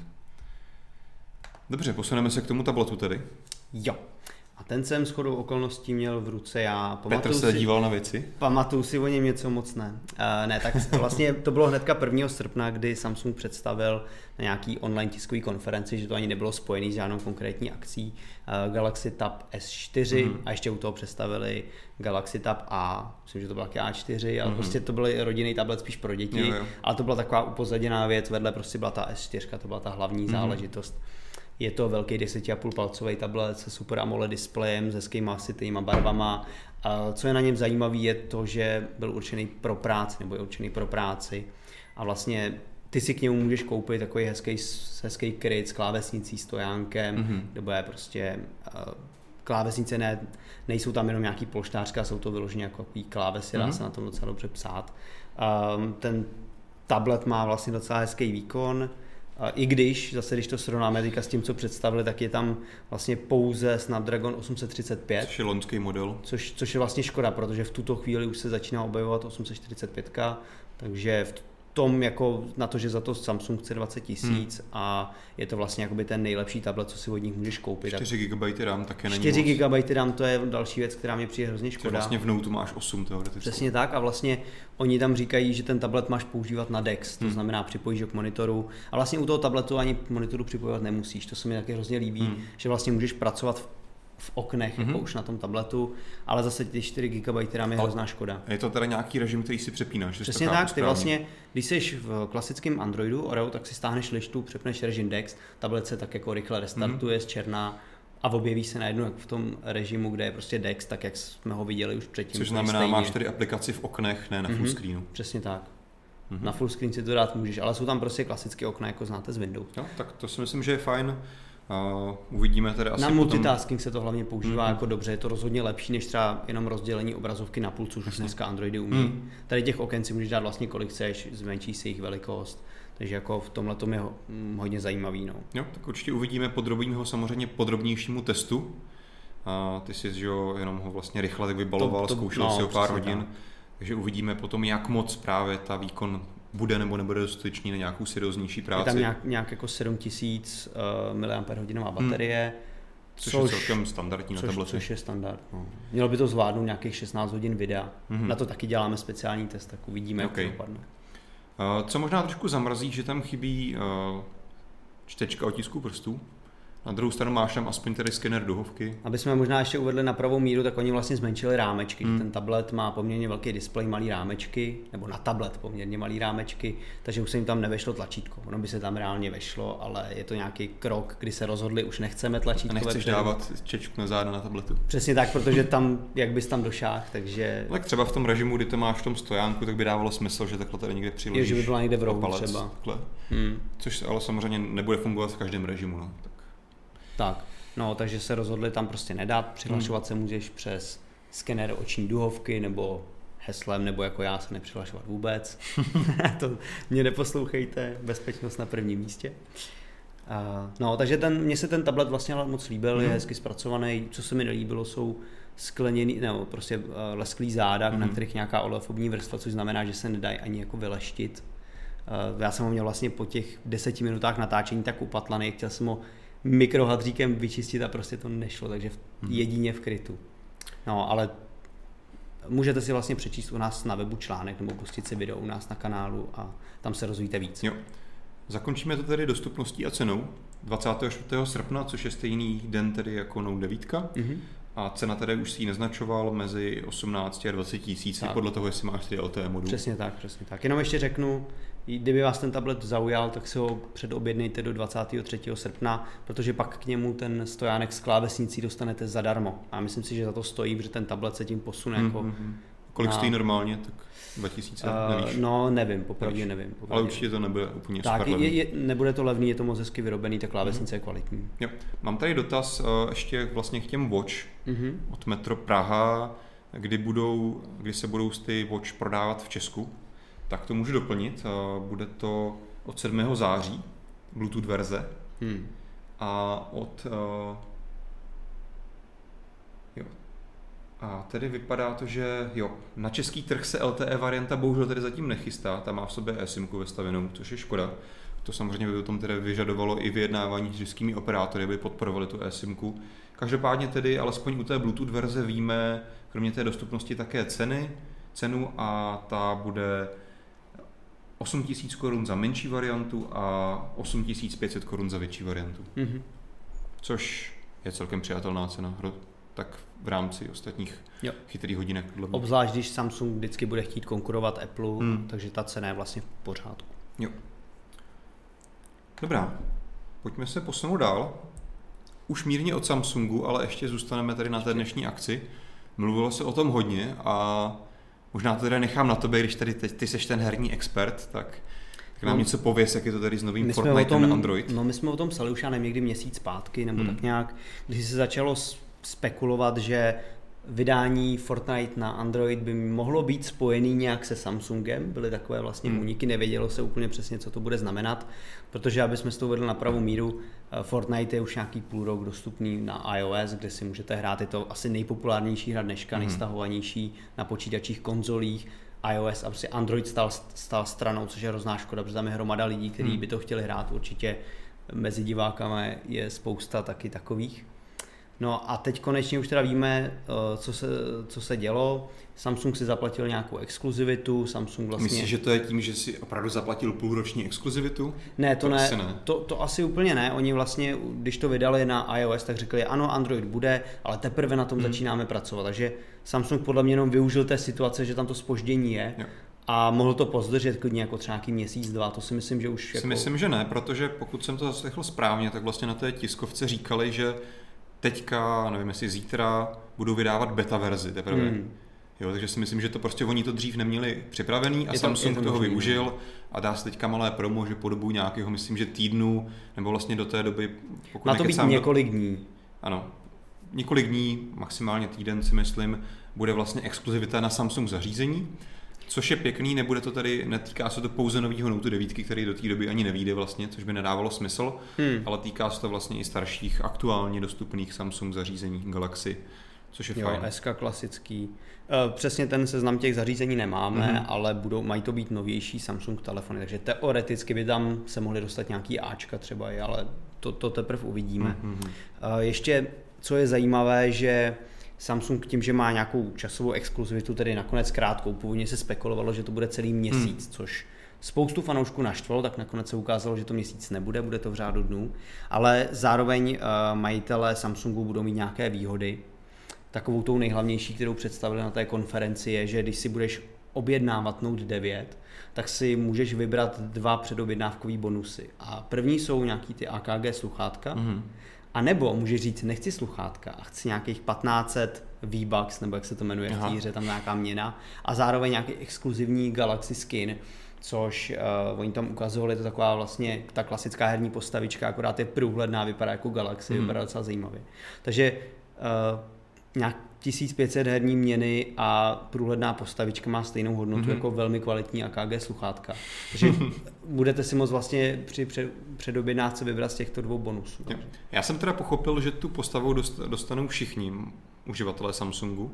Dobře, posuneme se k tomu tabletu tedy. Jo. A ten jsem shodou okolností měl v ruce já. Petr se díval na věci? Pamatuju si o něm něco moc ne. Ne, tak vlastně to bylo hnedka 1. srpna, kdy Samsung představil na nějaký online tiskový konferenci, že to ani nebylo spojený s žádnou konkrétní akcí, Galaxy Tab S4 a ještě u toho představili Galaxy Tab A, myslím, že to byla taky A4, ale prostě to byl rodinný tablet spíš pro děti, ale to byla taková upozaděná věc, vedle prostě byla ta S4, to byla ta hlavní záležitost. Je to velký 10,5 palcový tablet se Super AMOLED displejem, s hezkýma sitýma barvama. A co je na něm zajímavé, je to, že byl určený pro práci, nebo je určený pro práci. A vlastně ty si k němu můžeš koupit takový hezký kryt s klávesnicí, stojánkem, nebo je prostě klávesnice, nejsou tam jenom nějaký polštářka, jsou to vyloženě jako klávesy, dá se na tom docela dobře psát. Ten tablet má vlastně docela hezký výkon, i když to srovnáme teďka s tím, co představili, tak je tam vlastně pouze Snapdragon 835. Což je loňský model. Což je vlastně škoda, protože v tuto chvíli už se začíná objevovat 845, takže v tom jako na to, že za to Samsung chce 20 000 a je to vlastně jakoby ten nejlepší tablet, co si od nich můžeš koupit. 4 GB RAM také není 4 GB RAM, to je další věc, která mě přijde hrozně škoda. Vlastně v Note máš 8 teoreticky. Přesně tak a vlastně oni tam říkají, že ten tablet máš používat na DeX, to znamená připojíš ho k monitoru a vlastně u toho tabletu ani monitoru připojovat nemusíš, to se mi taky hrozně líbí, že vlastně můžeš pracovat v oknech, jako už na tom tabletu, ale zase ty 4 GB RAM je hrozná škoda. Je to teda nějaký režim, který si přepínáš? Přesně tak, ty vlastně, když jsi v klasickém Androidu Oreo, tak si stáhneš lištu, přepneš režim DeX, tablet se tak jako rychle restartuje z černá a objeví se najednou jak v tom režimu, kde je prostě DeX, tak jak jsme ho viděli už předtím. Což znamená, máš tedy aplikaci v oknech, ne na full screenu. Přesně tak. Na full screen si to dát můžeš, ale jsou tam prostě klasické okna, jako znáte z Windows. No, tak to si myslím, že je fajn. Uvidíme tedy asi na multitasking se to hlavně používá jako dobře, je to rozhodně lepší než třeba jenom rozdělení obrazovky na půl, což už dneska Androidy umí. Tady těch oken si můžeš dát vlastně kolik chceš, zmenší si jejich velikost, takže jako v tomhle tom je hodně zajímavý. No. Jo, tak určitě uvidíme, podrobíme ho samozřejmě podrobnějšímu testu. Ty jsi jenom ho vlastně rychle tak vybaloval, zkoušel si ho pár hodin, takže uvidíme potom, jak moc právě ta výkon bude nebo nebude dostatečný na nějakou serióznější práci. Je tam nějak jako 7000 mAh baterie, což je celkem standardní na tablety. Což je standard. No. Mělo by to zvládnout nějakých 16 hodin videa. Na to taky děláme speciální test, tak uvidíme, jak to dopadne. Co možná trošku zamrzí, že tam chybí čtečka otisků prstů. Na druhou stranu máš tam aspoň tedy skener duhovky. Aby jsme možná ještě uvedli na pravou míru, tak oni vlastně zmenšili rámečky. Ten tablet má poměrně velký displej, malý rámečky, nebo na tablet poměrně malý rámečky, takže už se jim tam nevešlo tlačítko. Ono by se tam reálně vešlo, ale je to nějaký krok, kdy se rozhodli, už nechceme tlačítko. A nechceš dávat čtečku na záda na tabletu. Přesně tak, protože tam, jak bys tam došáhl, takže... Tak třeba v tom režimu, kdy to máš v tom stojánku, tak by dávalo smysl, že takhle tady někde přiložíš. Že by byla někde v rohu palec, třeba. Což ale samozřejmě nebude fungovat v každém režimu. No. Tak, no, takže se rozhodli tam prostě nedat, přihlašovat se můžeš přes skener oční duhovky nebo heslem, nebo jako já se nepřihlašovat vůbec. To mě neposlouchejte, bezpečnost na prvním místě. No, takže mně se ten tablet vlastně moc líbil, je hezky zpracovaný. Co se mi nelíbilo, jsou skleněný, nebo prostě lesklý záda, na kterých nějaká oleofobní vrstva, což znamená, že se nedají ani jako vyleštit. Já jsem ho měl vlastně po těch 10 minutách natáčení tak upatlaný, chtěl jsem ho mikrohadříkem vyčistit a prostě to nešlo, takže jedině v krytu. No, ale můžete si vlastně přečíst u nás na webu článek nebo pustit si video u nás na kanálu a tam se rozvíjíte víc. Jo. Zakončíme to tedy dostupností a cenou. 24. srpna, což je stejný den tedy jako Note 9. A cena tedy už si ji naznačoval mezi 18 a 20 tisíc, podle toho, jestli máš tedy LTE modul. Přesně tak. Jenom ještě řeknu, kdyby vás ten tablet zaujal, tak si ho předobjednejte do 23. srpna, protože pak k němu ten stojánek s klávesnicí dostanete zadarmo. A myslím si, že za to stojí, protože ten tablet se tím posune jako... Kolik stojí normálně? Tak 2000, nevíš? No, nevím, popravdě nevím. Ale určitě to nebude úplně tak, super levný. Nebude to levný, je to moc hezky vyrobený, ta klávesnice je kvalitní. Jo. Mám tady dotaz ještě vlastně k těm Watch od Metro Praha, kdy se budou ty Watch prodávat v Česku. Tak to můžu doplnit. Bude to od 7. září, Bluetooth verze. A A tedy vypadá to, že na český trh se LTE varianta bohužel tedy zatím nechystá, ta má v sobě eSIMku vestavenou, což je škoda. To samozřejmě by potom tedy vyžadovalo i vyjednávání s českými operátory, aby podporovali tu eSIMku. Každopádně tedy alespoň u té Bluetooth verze víme, kromě té dostupnosti také cenu a ta bude 8 000 korun za menší variantu a 8 500 korun za větší variantu. Což je celkem přijatelná cena. Tak v rámci ostatních chytrých hodinek. Obzvlášť, když Samsung vždycky bude chtít konkurovat Apple, takže ta cena je vlastně v pořádku. Jo. Dobrá, pojďme se posunout dál. Už mírně od Samsungu, ale ještě zůstaneme tady na té dnešní akci. Mluvilo se o tom hodně a možná to tady nechám na tobě, když tady ty seš ten herní expert, tak nám něco pověs, jak je to tady s novým Fortnite na Android. No, my jsme o tom psali už já nevím, někdy měsíc zpátky, nebo tak nějak, když se začalo spekulovat, že vydání Fortnite na Android by mohlo být spojený nějak se Samsungem, byly takové vlastně úniky, nevědělo se úplně přesně, co to bude znamenat, protože aby jsme to uvedli na pravou míru, Fortnite je už nějaký půl rok dostupný na iOS, kde si můžete hrát, je to asi nejpopulárnější hra dneška, nejstahovanější na počítačích, konzolích, iOS a prostě Android stál stranou, což je hrozná škoda, protože tam je hromada lidí, kteří by to chtěli hrát, určitě mezi divákama je spousta taky takových. No a teď konečně už teda víme, co se dělo. Samsung si zaplatil nějakou exkluzivitu, Samsung vlastně... Myslíš, že to je tím, že si opravdu zaplatil půlroční exkluzivitu? Ne, to ne. Asi ne. To asi úplně ne. Oni vlastně, když to vydali na iOS, tak řekli, ano, Android bude, ale teprve na tom začínáme pracovat. Takže Samsung podle mě jenom využil té situace, že tam to zpoždění je. Jo. A mohl to pozdržet klidně jako třeba nějaký měsíc, dva, to si myslím, že už... Myslím, že ne, protože pokud jsem to zaslechl správně, tak vlastně na té tiskovce říkali, že teďka, nevím jestli zítra, budou vydávat beta verzi teprve. Jo, takže si myslím, že to prostě oni to dřív neměli připravený a Samsung toho využil a dá se teďka malé promo, že po dobu nějakého, myslím, že týdnu, nebo vlastně do té doby... Pokud má to být několik dní. Ano, několik dní, maximálně týden si myslím, bude vlastně exkluzivita na Samsung zařízení, což je pěkný, nebude to tady, netýká se to pouze nového Note 9, který do té doby ani nevyjde vlastně, což by nedávalo smysl, ale týká se to vlastně i starších aktuálně dostupných Samsung zařízení Galaxy, což je fajn. SK klasický. Přesně ten seznam těch zařízení nemáme, ale mají to být novější Samsung telefony, takže teoreticky by tam se mohly dostat nějaký Ačka třeba, ale to teprve uvidíme. Ještě, co je zajímavé, že Samsung tím, že má nějakou časovou exkluzivitu, tedy nakonec krátkou, původně se spekulovalo, že to bude celý měsíc, což spoustu fanoušků naštvalo, tak nakonec se ukázalo, že to měsíc nebude, bude to v řádu dnů, ale zároveň majitelé Samsungu budou mít nějaké výhody. Takovou tou nejhlavnější, kterou představili na té konferenci, je, že když si budeš objednávat Note 9, tak si můžeš vybrat 2 předobjednávkový bonusy. A první jsou nějaký ty AKG sluchátka, a nebo můžeš říct, nechci sluchátka a chci nějakých 1500 V-Bucks, nebo jak se to jmenuje v té hře, tam nějaká měna, a zároveň nějaký exkluzivní Galaxy Skin, což oni tam ukazovali, to taková vlastně ta klasická herní postavička, akorát je průhledná, vypadá jako Galaxy, vypadá docela zajímavě. Takže nějak 1500 herní měny a průhledná postavička má stejnou hodnotu jako velmi kvalitní AKG sluchátka. Takže budete si moct vlastně při předobjednávce vybrat z těchto 2 bonusů. Já jsem teda pochopil, že tu postavu dostanou všichni uživatelé Samsungu,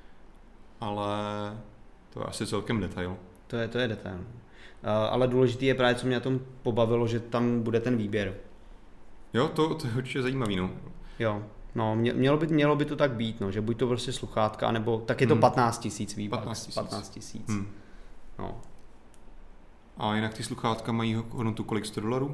ale to je asi celkem detail. To je detail. Ale důležitý je právě, co mě na tom pobavilo, že tam bude ten výběr. Jo, to je určitě zajímavý, no. Jo. No, mělo by to tak být, no, že buď to prostě sluchátka, nebo tak je to 15 000 V-Bucks. 15 000. No. A jinak ty sluchátka mají hodnotu kolik? $100?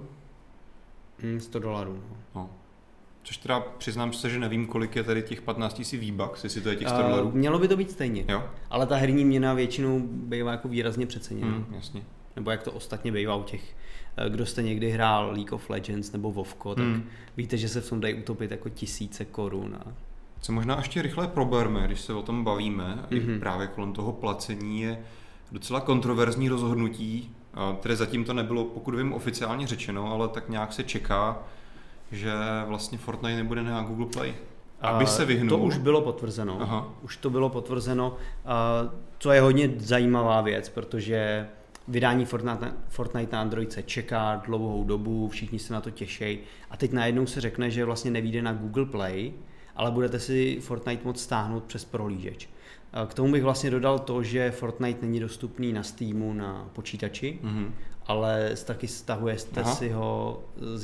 $100, no. Což teda přiznám se, že nevím, kolik je tady těch 15 000 V-Bucks, jestli to je těch $100. Mělo by to být stejně, jo? Ale ta herní měna většinou bývá jako výrazně přeceněná. Jasně. Nebo jak to ostatně bývá u těch, kdo jste někdy hrál League of Legends nebo WoWko, tak víte, že se v tom dají utopit jako 1000 korun. Co možná ještě rychle proberme, když se o tom bavíme, i právě kolem toho placení je docela kontroverzní rozhodnutí, které zatím to nebylo, pokud vím, oficiálně řečeno, ale tak nějak se čeká, že vlastně Fortnite nebude na Google Play. Aby se vyhnul. To už bylo potvrzeno. Aha. Už to bylo potvrzeno, co je hodně zajímavá věc, protože vydání Fortnite na Android se čeká dlouhou dobu, všichni se na to těší a teď najednou se řekne, že vlastně nevyjde na Google Play, ale budete si Fortnite moct stáhnout přes prohlížeč. K tomu bych vlastně dodal to, že Fortnite není dostupný na Steamu na počítači, ale taky stahujete si ho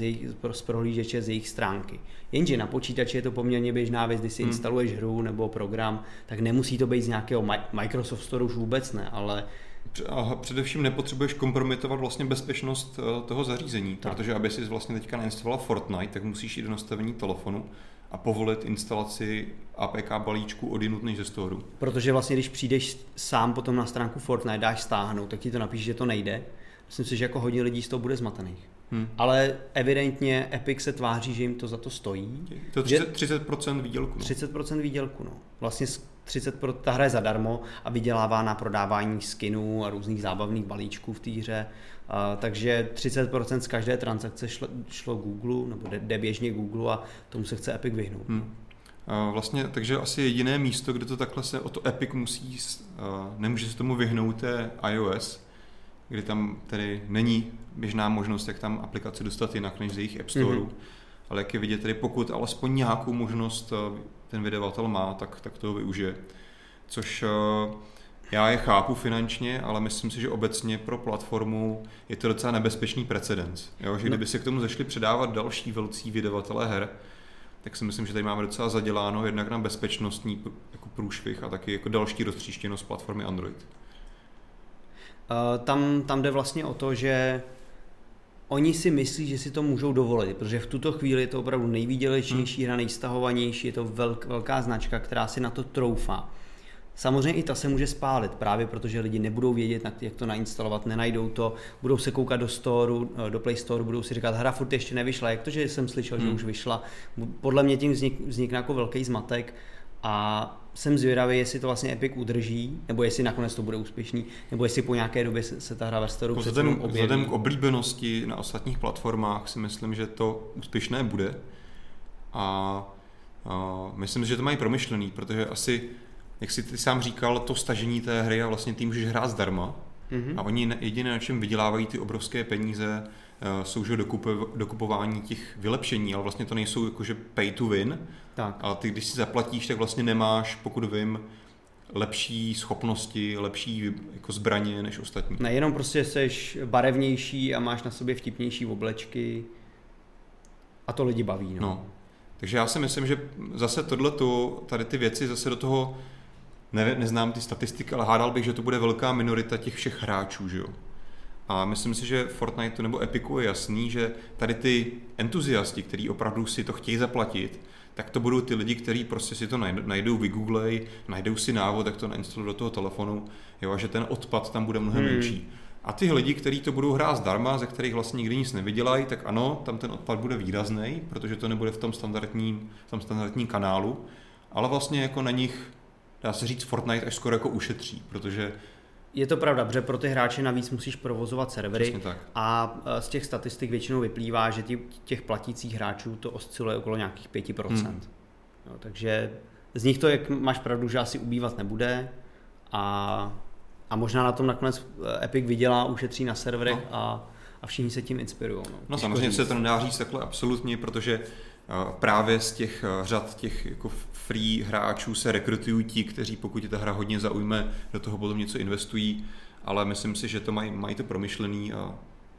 z prohlížeče z jejich stránky. Jenže na počítači je to poměrně běžná věc, když si instaluješ hru nebo program, tak nemusí to být z nějakého Microsoft Store, už vůbec ne, ale a především nepotřebuješ kompromitovat vlastně bezpečnost toho zařízení, protože aby si vlastně teďka nainstaloval Fortnite, tak musíš jít do nastavení telefonu a povolit instalaci APK balíčku odjinud než ze storu. Protože vlastně když přijdeš sám potom na stránku Fortnite, dáš stáhnout, tak ti to napíše, že to nejde. Myslím si, že jako hodně lidí z toho bude zmatených. Ale evidentně Epic se tváří, že jim to za to stojí. To je 30% výdělku. No. 30% výdělku, no. Vlastně ta hra je zadarmo a vydělává na prodávání skinů a různých zábavných balíčků v té hře. Takže 30% z každé transakce šlo Google, nebo jde běžně Google a tomu se chce Epic vyhnout. Vlastně, takže asi jediné místo, kde to takhle se o to Epic nemůže se tomu vyhnout, je iOS, kdy tam tedy není běžná možnost, jak tam aplikaci dostat jinak než z jejich App Store. Ale jak je vidět, tedy pokud alespoň nějakou možnost ten vydavatel má, tak toho využije. Což já je chápu finančně, ale myslím si, že obecně pro platformu je to docela nebezpečný precedens. Jo? Že kdyby se k tomu zašli předávat další velcí vydavatelé her, tak si myslím, že tady máme docela zaděláno jednak na bezpečnostní jako průšvih a taky jako další roztříštěnost platformy Android. Tam jde vlastně o to, že oni si myslí, že si to můžou dovolit, protože v tuto chvíli je to opravdu nejvýdělečnější hra, nejstahovanější, je to velká značka, která si na to troufá. Samozřejmě i ta se může spálit, právě protože lidi nebudou vědět, jak to nainstalovat, nenajdou to, budou se koukat do Play Store, budou si říkat, hra furt ještě nevyšla, jak to, že jsem slyšel, že už vyšla. Podle mě tím vznikne jako velký zmatek a jsem zvědavý, jestli to vlastně Epic udrží, nebo jestli nakonec to bude úspěšný, nebo jestli po nějaké době se ta hra ve Storeu objeví. Vzhledem k oblíbenosti na ostatních platformách si myslím, že to úspěšné bude a myslím si, že to mají promyšlený, protože asi, jak jsi ty sám říkal, to stažení té hry a vlastně ty můžeš hrát zdarma a oni jediné, na čem vydělávají ty obrovské peníze, jsou že dokupování těch vylepšení, ale vlastně to nejsou jakože pay to win, tak. Ale ty, když si zaplatíš, tak vlastně nemáš, pokud vím, lepší schopnosti, lepší jako zbraně než ostatní. Nejenom prostě seš barevnější a máš na sobě vtipnější oblečky a to lidi baví. No. Takže já si myslím, že zase tady ty věci zase do toho, neznám ty statistiky, ale hádal bych, že to bude velká minorita těch všech hráčů, že jo. A myslím si, že Fortnite nebo Epicu je jasný, že tady ty entuziasti, kteří opravdu si to chtějí zaplatit, tak to budou ty lidi, kteří prostě si to najdou, vygooglej, najdou si návod, jak to nainstalují do toho telefonu, jo, a že ten odpad tam bude mnohem menší. A ty lidi, kteří to budou hrát zdarma, ze kterých vlastně nikdy nic nevydělají, tak ano, tam ten odpad bude výrazný, protože to nebude v tom standardním kanálu, ale vlastně jako na nich, dá se říct, Fortnite až skoro jako ušetří, protože je to pravda, protože pro ty hráče navíc musíš provozovat servery a z těch statistik většinou vyplývá, že těch platících hráčů to osciluje okolo nějakých 5%. Jo, takže z nich to, jak máš pravdu, že asi ubývat nebude a možná na tom nakonec Epic vydělá, ušetří na serverech a všichni se tím inspirují. No samozřejmě se to nedá říct takhle absolutně, protože právě z těch řad těch jako free hráčů se rekrutují ti, kteří pokud je ta hra hodně zaujme, do toho potom něco investují, ale myslím si, že to mají to promyšlený a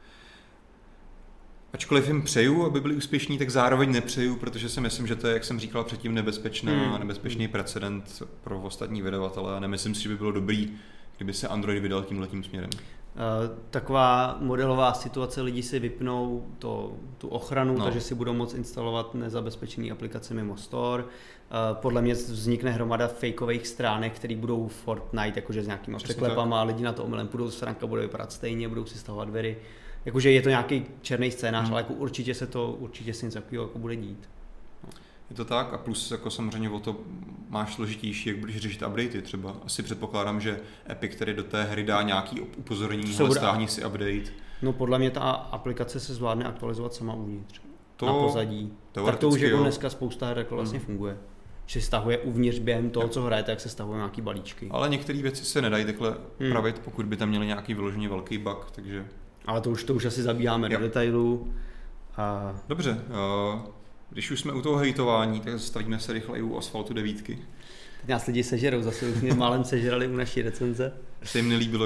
ačkoliv jim přeju, aby byli úspěšní, tak zároveň nepřeju, protože si myslím, že to je, jak jsem říkal předtím, nebezpečný precedent pro ostatní vydavatele a nemyslím si, že by bylo dobrý, kdyby se Android vydal tímhletím směrem. Taková modelová situace, lidi si vypnou tu ochranu, takže si budou moct instalovat nezabezpečené aplikace mimo Store. Podle mě vznikne hromada fakeových stránek, které budou Fortnite, jakože s nějakýma překlepama a lidi na to omylem půjdou, stránka bude vypadat stejně, budou si stahovat věry. Jakože je to nějaký černý scénář, ale jako určitě se něco takového jako bude dít. Je to tak a plus jako samozřejmě o to máš složitější, jak budeš řešit updaty třeba. Asi předpokládám, že Epic tedy do té hry dá nějaký upozornění, stáhni si update. No podle mě ta aplikace se zvládne aktualizovat sama uvnitř. Na pozadí. Tak to už jako dneska spousta her vlastně funguje. Že stahuje uvnitř během toho, co hrajete, jak se stahují nějaký balíčky. Ale některé věci se nedají takhle pravit, pokud by tam měli nějaký vyloženě velký bug, takže... Ale to už asi zabíháme do detailů. Dobře. Když už jsme u toho hejtování, tak zastavíme se rychle i u Asphaltu 9. Teď nás lidi sežerou, zase už mě málem sežrali u naší recenze. Se jim nelíbilo,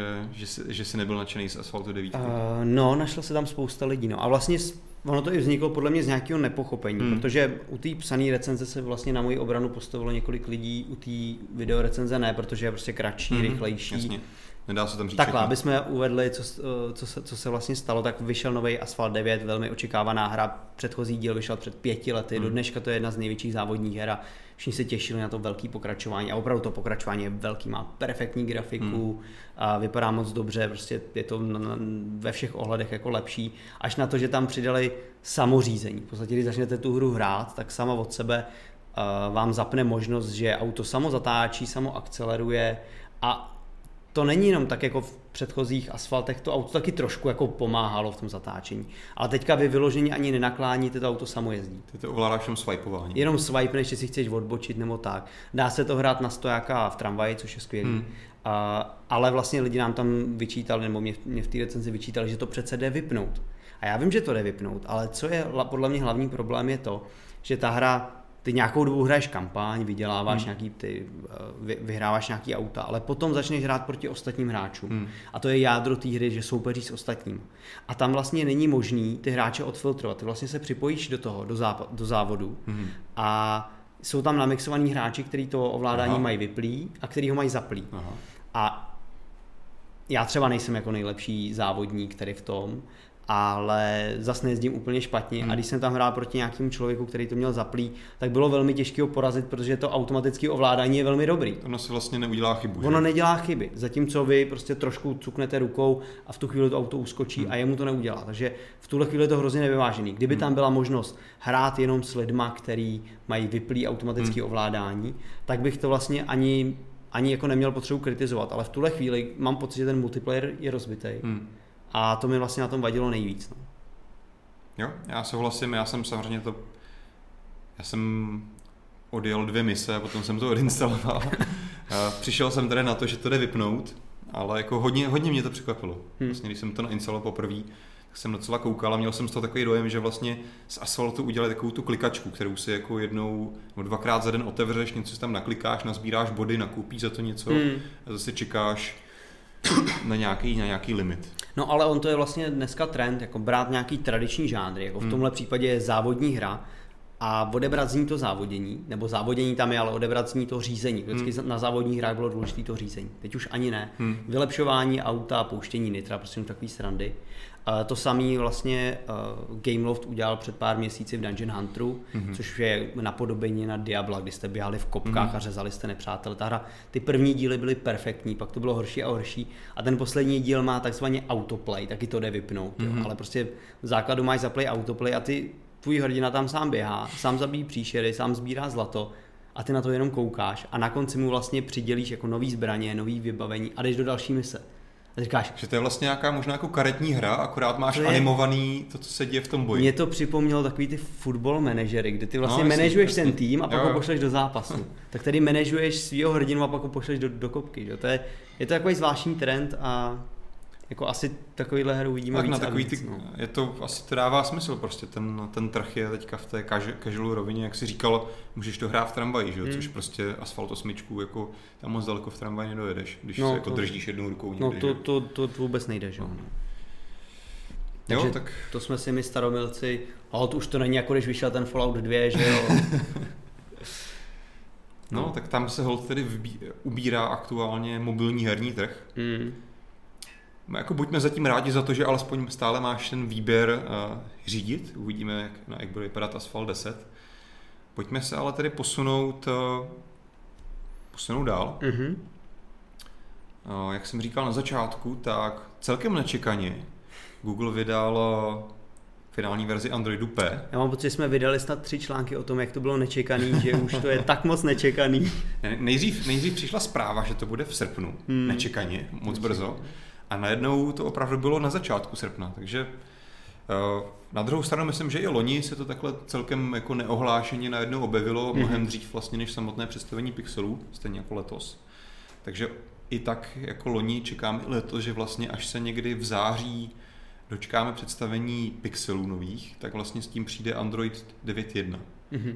že jsi nebyl nadšený z Asphaltu 9? No, našlo se tam spousta lidí. No. A vlastně ono to i vzniklo podle mě z nějakého nepochopení, protože u té psané recenze se vlastně na moji obranu postavilo několik lidí, u té videorecenze ne, protože je prostě kratší, rychlejší. Jasně. Nedá se tam říct. Takhle, aby jsme uvedli, co se vlastně stalo, tak vyšel nový Asphalt 9, velmi očekávaná hra. Předchozí díl vyšel před 5 lety, do dneška to je jedna z největších závodních her a všichni se těšili na to velký pokračování a opravdu to pokračování je velký, má perfektní grafiku, a vypadá moc dobře, prostě je to ve všech ohledech jako lepší, až na to, že tam přidali samořízení. V podstatě, když začnete tu hru hrát, tak sama od sebe vám zapne možnost, že auto samo zatáčí, samo akceleruje a to není jenom tak jako v předchozích asfaltech, to auto taky trošku jako pomáhalo v tom zatáčení. Ale teďka vy vyloženě ani nenakláníte, to auto samo jezdí. Ty to ovládáš jenom swipeování. Jenom swipeneš, jestli chceš odbočit nebo tak. Dá se to hrát na stojáka v tramvaji, což je skvělý. Ale vlastně lidi nám tam vyčítali, nebo mě v té recenzi vyčítali, že to přece jde vypnout. A já vím, že to jde vypnout, ale co je podle mě hlavní problém je to, že ta hra ty nějakou dobu hraješ kampaň, vyděláváš vyhráváš nějaký auta, ale potom začneš hrát proti ostatním hráčům. A to je jádro té hry, že soupeří s ostatním. A tam vlastně není možný ty hráče odfiltrovat. Ty vlastně se připojíš do toho, do závodu a jsou tam namixovaní hráči, kteří to ovládání mají vyplý a který ho mají zaplý. A já třeba nejsem jako nejlepší závodník tady v tom, ale zase nejezdím úplně špatně a když jsem tam hrál proti nějakému člověku, který to měl zaplý, tak bylo velmi těžké ho porazit, protože to automatické ovládání je velmi dobrý. Ono si vlastně neudělá chybu. Ono nedělá chyby, zatímco vy prostě trošku cuknete rukou a v tu chvíli to auto uskočí a jemu to neudělá. Takže v tuhle chvíli je to hrozně nevyvážený. Kdyby tam byla možnost hrát jenom s lidma, který mají vyplý automatické ovládání, tak bych to vlastně ani jako neměl potřebu kritizovat, ale v tuhle chvíli mám pocit, že ten multiplayer je rozbitý. A to mi vlastně na tom vadilo nejvíc. No. Jo, já souhlasím, já jsem odjel 2 mise a potom jsem to odinstaloval. Přišel jsem tady na to, že to jde vypnout, ale jako hodně mě to překvapilo. Vlastně, když jsem to nainstaloval poprvé, tak jsem docela koukal a měl jsem z toho takový dojem, že vlastně z Asfaltu udělali takovou tu klikačku, kterou si jako jednou nebo 2krát za den otevřeš, něco si tam naklikáš, nazbíráš body, nakoupíš za to něco a zase čekáš na nějaký limit. No ale on to je vlastně dneska trend, jako brát nějaký tradiční žánry, jako v tomhle případě je závodní hra a odebrat z ní to závodění, nebo závodění tam je, ale odebrat z ní to řízení. Vždycky na závodních hrách bylo důležité to řízení. Teď už ani ne. Vylepšování auta, pouštění nitra, prostě takový srandy. To samý vlastně Gameloft udělal před pár měsíci v Dungeon Hunteru, což je napodobení na Diabla, kdy jste běhali v kopkách a řezali jste nepřátele. Ta hra, ty první díly byly perfektní, pak to bylo horší a horší a ten poslední díl má takzvaně autoplay, taky to jde vypnout, jo. Ale prostě v základu máš zaplay autoplay a tvůj hrdina tam sám běhá, sám zabíjí příšery, sám sbírá zlato a ty na to jenom koukáš a na konci mu vlastně přidělíš jako nový zbraně, nový vybavení a jdeš do další mise. A říkáš, že to je vlastně nějaká možná jako karetní hra, akorát máš animovaný to, co se děje v tom boji. Mě to připomnělo takový ty football manažery, kdy ty vlastně manažuješ ten tým a pak ho pošleš do zápasu. Tak tady manažuješ svýho hrdinu a pak ho pošleš do kopky. Že? Je to takový zvláštní trend a jako asi takovýhle hru uvidíme víc a víc. Je to, asi to dává smysl prostě, ten trh je teďka v té casual rovině, jak jsi říkal, můžeš to hrát v tramvaji, že? Což prostě Asphalt 8, jako tam moc daleko v tramvaji nedojedeš, když se jako držíš jednou rukou někde. No to vůbec nejde, že? Takže jo, tak to jsme si my staromilci, ale už to není jako když vyšel ten Fallout 2, že jo? No, tak tam se holt tedy ubírá aktuálně mobilní herní trh. Jako buďme zatím rádi za to, že alespoň stále máš ten výběr řídit. Uvidíme, jak bude vypadat Asphalt 10. Pojďme se ale tedy posunout dál. Jak jsem říkal na začátku, tak celkem nečekaně Google vydal finální verzi Androidu P. Já mám pocit, že jsme vydali snad 3 články o tom, jak to bylo nečekaný, že už to je tak moc nečekaný. Nejdřív přišla zpráva, že to bude v srpnu. Nečekaně, moc brzo. A najednou to opravdu bylo na začátku srpna, takže na druhou stranu myslím, že i loni se to takhle celkem jako neohlášeně najednou objevilo, mnohem dřív vlastně než samotné představení Pixelů, stejně jako letos. Takže i tak jako loni čekám i letos, že vlastně až se někdy v září dočkáme představení Pixelů nových, tak vlastně s tím přijde Android 9.1.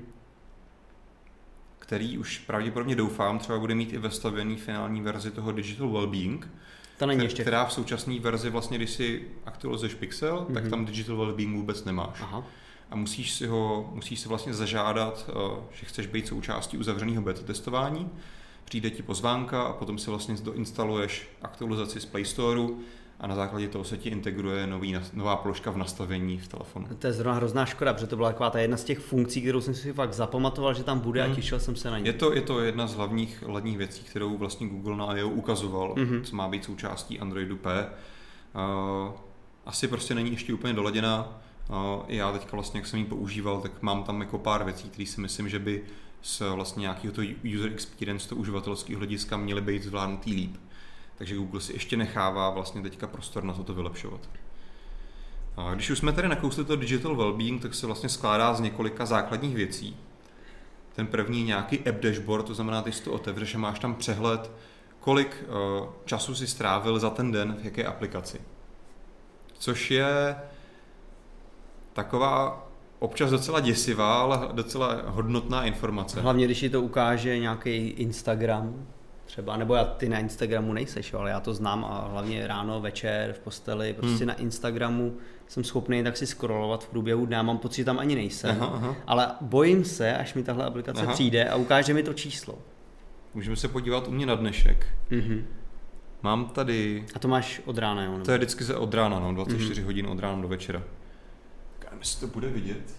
Který už pravděpodobně doufám třeba bude mít i vestavěný finální verzi toho Digital Wellbeing, která v současné verzi vlastně, když si aktualizuješ Pixel, tak tam Digital Wellbeing vůbec nemáš. Aha. A musíš si vlastně zažádat, že chceš být součástí uzavřeného beta testování, přijde ti pozvánka a potom si vlastně doinstaluješ aktualizaci z Play Storeu a na základě toho se ti integruje nová položka v nastavení v telefonu. To je zrovna hrozná škoda, protože to byla taková ta jedna z těch funkcí, kterou jsem si fakt zapamatoval, že tam bude a těšil jsem se na ní. Je to jedna z hlavních věcí, kterou vlastně Google na I.O. ukazoval, co má být součástí Androidu P. Asi prostě není ještě úplně doladěná. Já teďka vlastně, jak jsem ji používal, tak mám tam jako pár věcí, které si myslím, že by z vlastně nějakého to user experience, to uživatelského hlediska měly být zvládnutý líp. Takže Google si ještě nechává vlastně teďka prostor na to vylepšovat. A když už jsme tady nakousli to Digital Wellbeing, tak se vlastně skládá z několika základních věcí. Ten první je nějaký app dashboard, to znamená, ty si to otevřeš a máš tam přehled, kolik času si strávil za ten den v jaké aplikaci. Což je taková občas docela děsivá, ale docela hodnotná informace. Hlavně, když ti to ukáže nějaký Instagram, třeba, nebo ty na Instagramu nejseš, ale já to znám a hlavně ráno, večer, v posteli, prostě na Instagramu jsem schopný tak si scrollovat v průběhu dne, mám pocit, že tam ani nejsem, ale bojím se, až mi tahle aplikace přijde a ukáže mi to číslo. Můžeme se podívat u mě na dnešek. Mám tady... A to máš od rána, jo? To je vždycky od rána, no, 24 hodin od rána do večera. Tak nevím, jestli to bude vidět.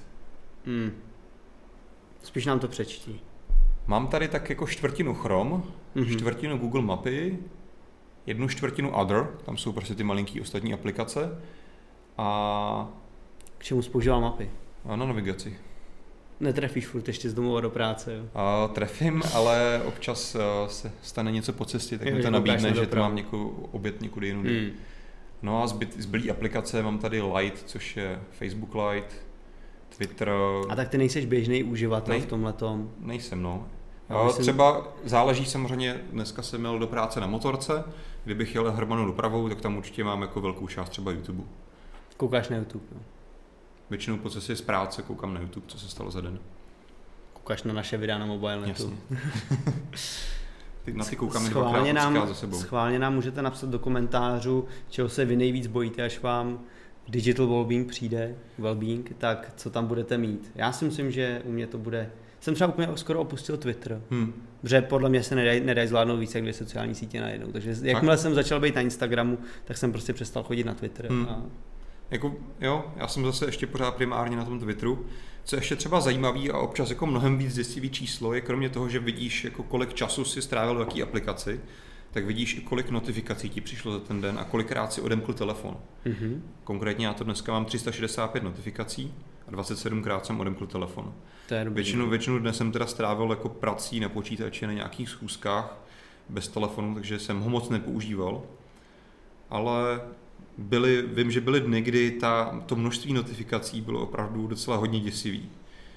Spíš nám to přečtí. Mám tady tak jako čtvrtinu Chrome, čtvrtinu Google Mapy, 1/4 Other, tam jsou prostě ty malinký ostatní aplikace. A... K čemu používám mapy? A na navigaci. Netrefíš furt ještě z domova do práce, jo? Trefím, ale občas se stane něco po cestě, tak mi to nabídne, že to mám obět někudy jinudy. No a zbylý aplikace mám tady Lite, což je Facebook Lite, Twitter. A tak ty nejseš běžný uživatel v tomhletom? Nejsem, no. Třeba záleží samozřejmě, dneska jsem měl do práce na motorce, kdybych jel hromadnou dopravou, tak tam určitě mám jako velkou část třeba YouTube. Koukáš na YouTube, jo? Většinou po cestě z práce koukám na YouTube, co se stalo za den. Koukáš na naše videa na mobilnetu. Na ty koukám dvakrát za sebou. Schválně nám můžete napsat do komentářů, čeho se vy nejvíc bojíte, až vám digital wellbeing přijde, wellbeing, tak co tam budete mít. Já si myslím, že u mě to bude... Jsem třeba úplně skoro opustil Twitter, protože podle mě se nedají zvládnout více jak 2 sociální sítě najednou. Takže jakmile jsem začal být na Instagramu, tak jsem prostě přestal chodit na Twitter. Jako, jo, já jsem zase ještě pořád primárně na tom Twitteru. Co ještě třeba zajímavý a občas jako mnohem víc děsivý číslo je, kromě toho, že vidíš, jako kolik času si strávil v jaký aplikaci, tak vidíš i kolik notifikací ti přišlo za ten den a kolikrát si odemkl telefon. Konkrétně já to dneska mám 365 notifikací a 27krát jsem odemkl telefon. Většinu dne jsem teda strávil jako prací na počítači na nějakých schůzkách bez telefonu, takže jsem ho moc nepoužíval. Ale vím, že byly dny, kdy to množství notifikací bylo opravdu docela hodně děsivý.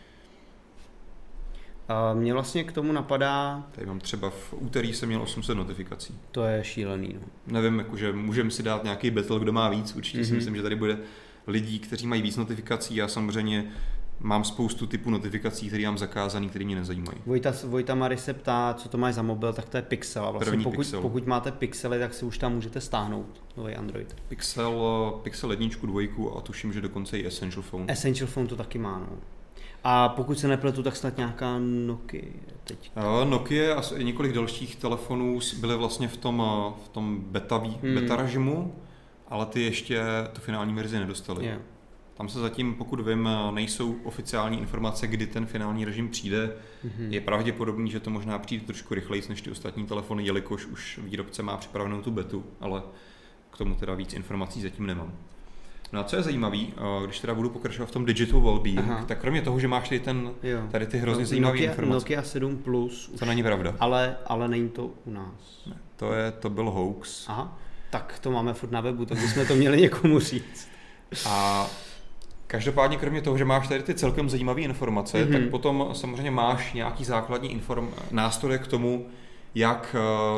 Mně vlastně k tomu napadá... Tady mám třeba v úterý jsem měl 800 notifikací. To je šílený, no. Nevím, jakože můžeme si dát nějaký battle, kdo má víc. Určitě si myslím, že tady bude lidí, kteří mají víc notifikací. Já samozřejmě mám spoustu typů notifikací, které mám zakázaný, které mě nezajímají. Vojta Mary se ptá, co to máš za mobil, tak to je Pixel. A vlastně pokud máte Pixely, tak si už tam můžete stáhnout nový Android. Pixel 1, 2 a tuším, že dokonce i Essential Phone. Essential Phone to taky má, no. A pokud se nepletu, tak snad nějaká Nokia teď. Nokia a několik dalších telefonů byly vlastně v tom beta režimu, ale ty ještě tu finální verzi nedostali. Yeah. Tam se zatím, pokud vím, nejsou oficiální informace, kdy ten finální režim přijde. Je pravděpodobný, že to možná přijde trošku rychleji než ty ostatní telefony, jelikož už výrobce má připravenou tu betu, ale k tomu teda víc informací zatím nemám. No a co je zajímavý, když teda budu pokračovat v tom digital wellbeing, tak kromě toho, že máš tady ty hrozně zajímavé informace. Nokia 7 Plus. To není pravda. Ale není to u nás. Ne, to byl hoax. Aha, tak to máme furt na webu, tak bychom to měli někomu říct. A každopádně kromě toho, že máš tady ty celkem zajímavé informace, tak potom samozřejmě máš nějaký základní nástroje k tomu, jak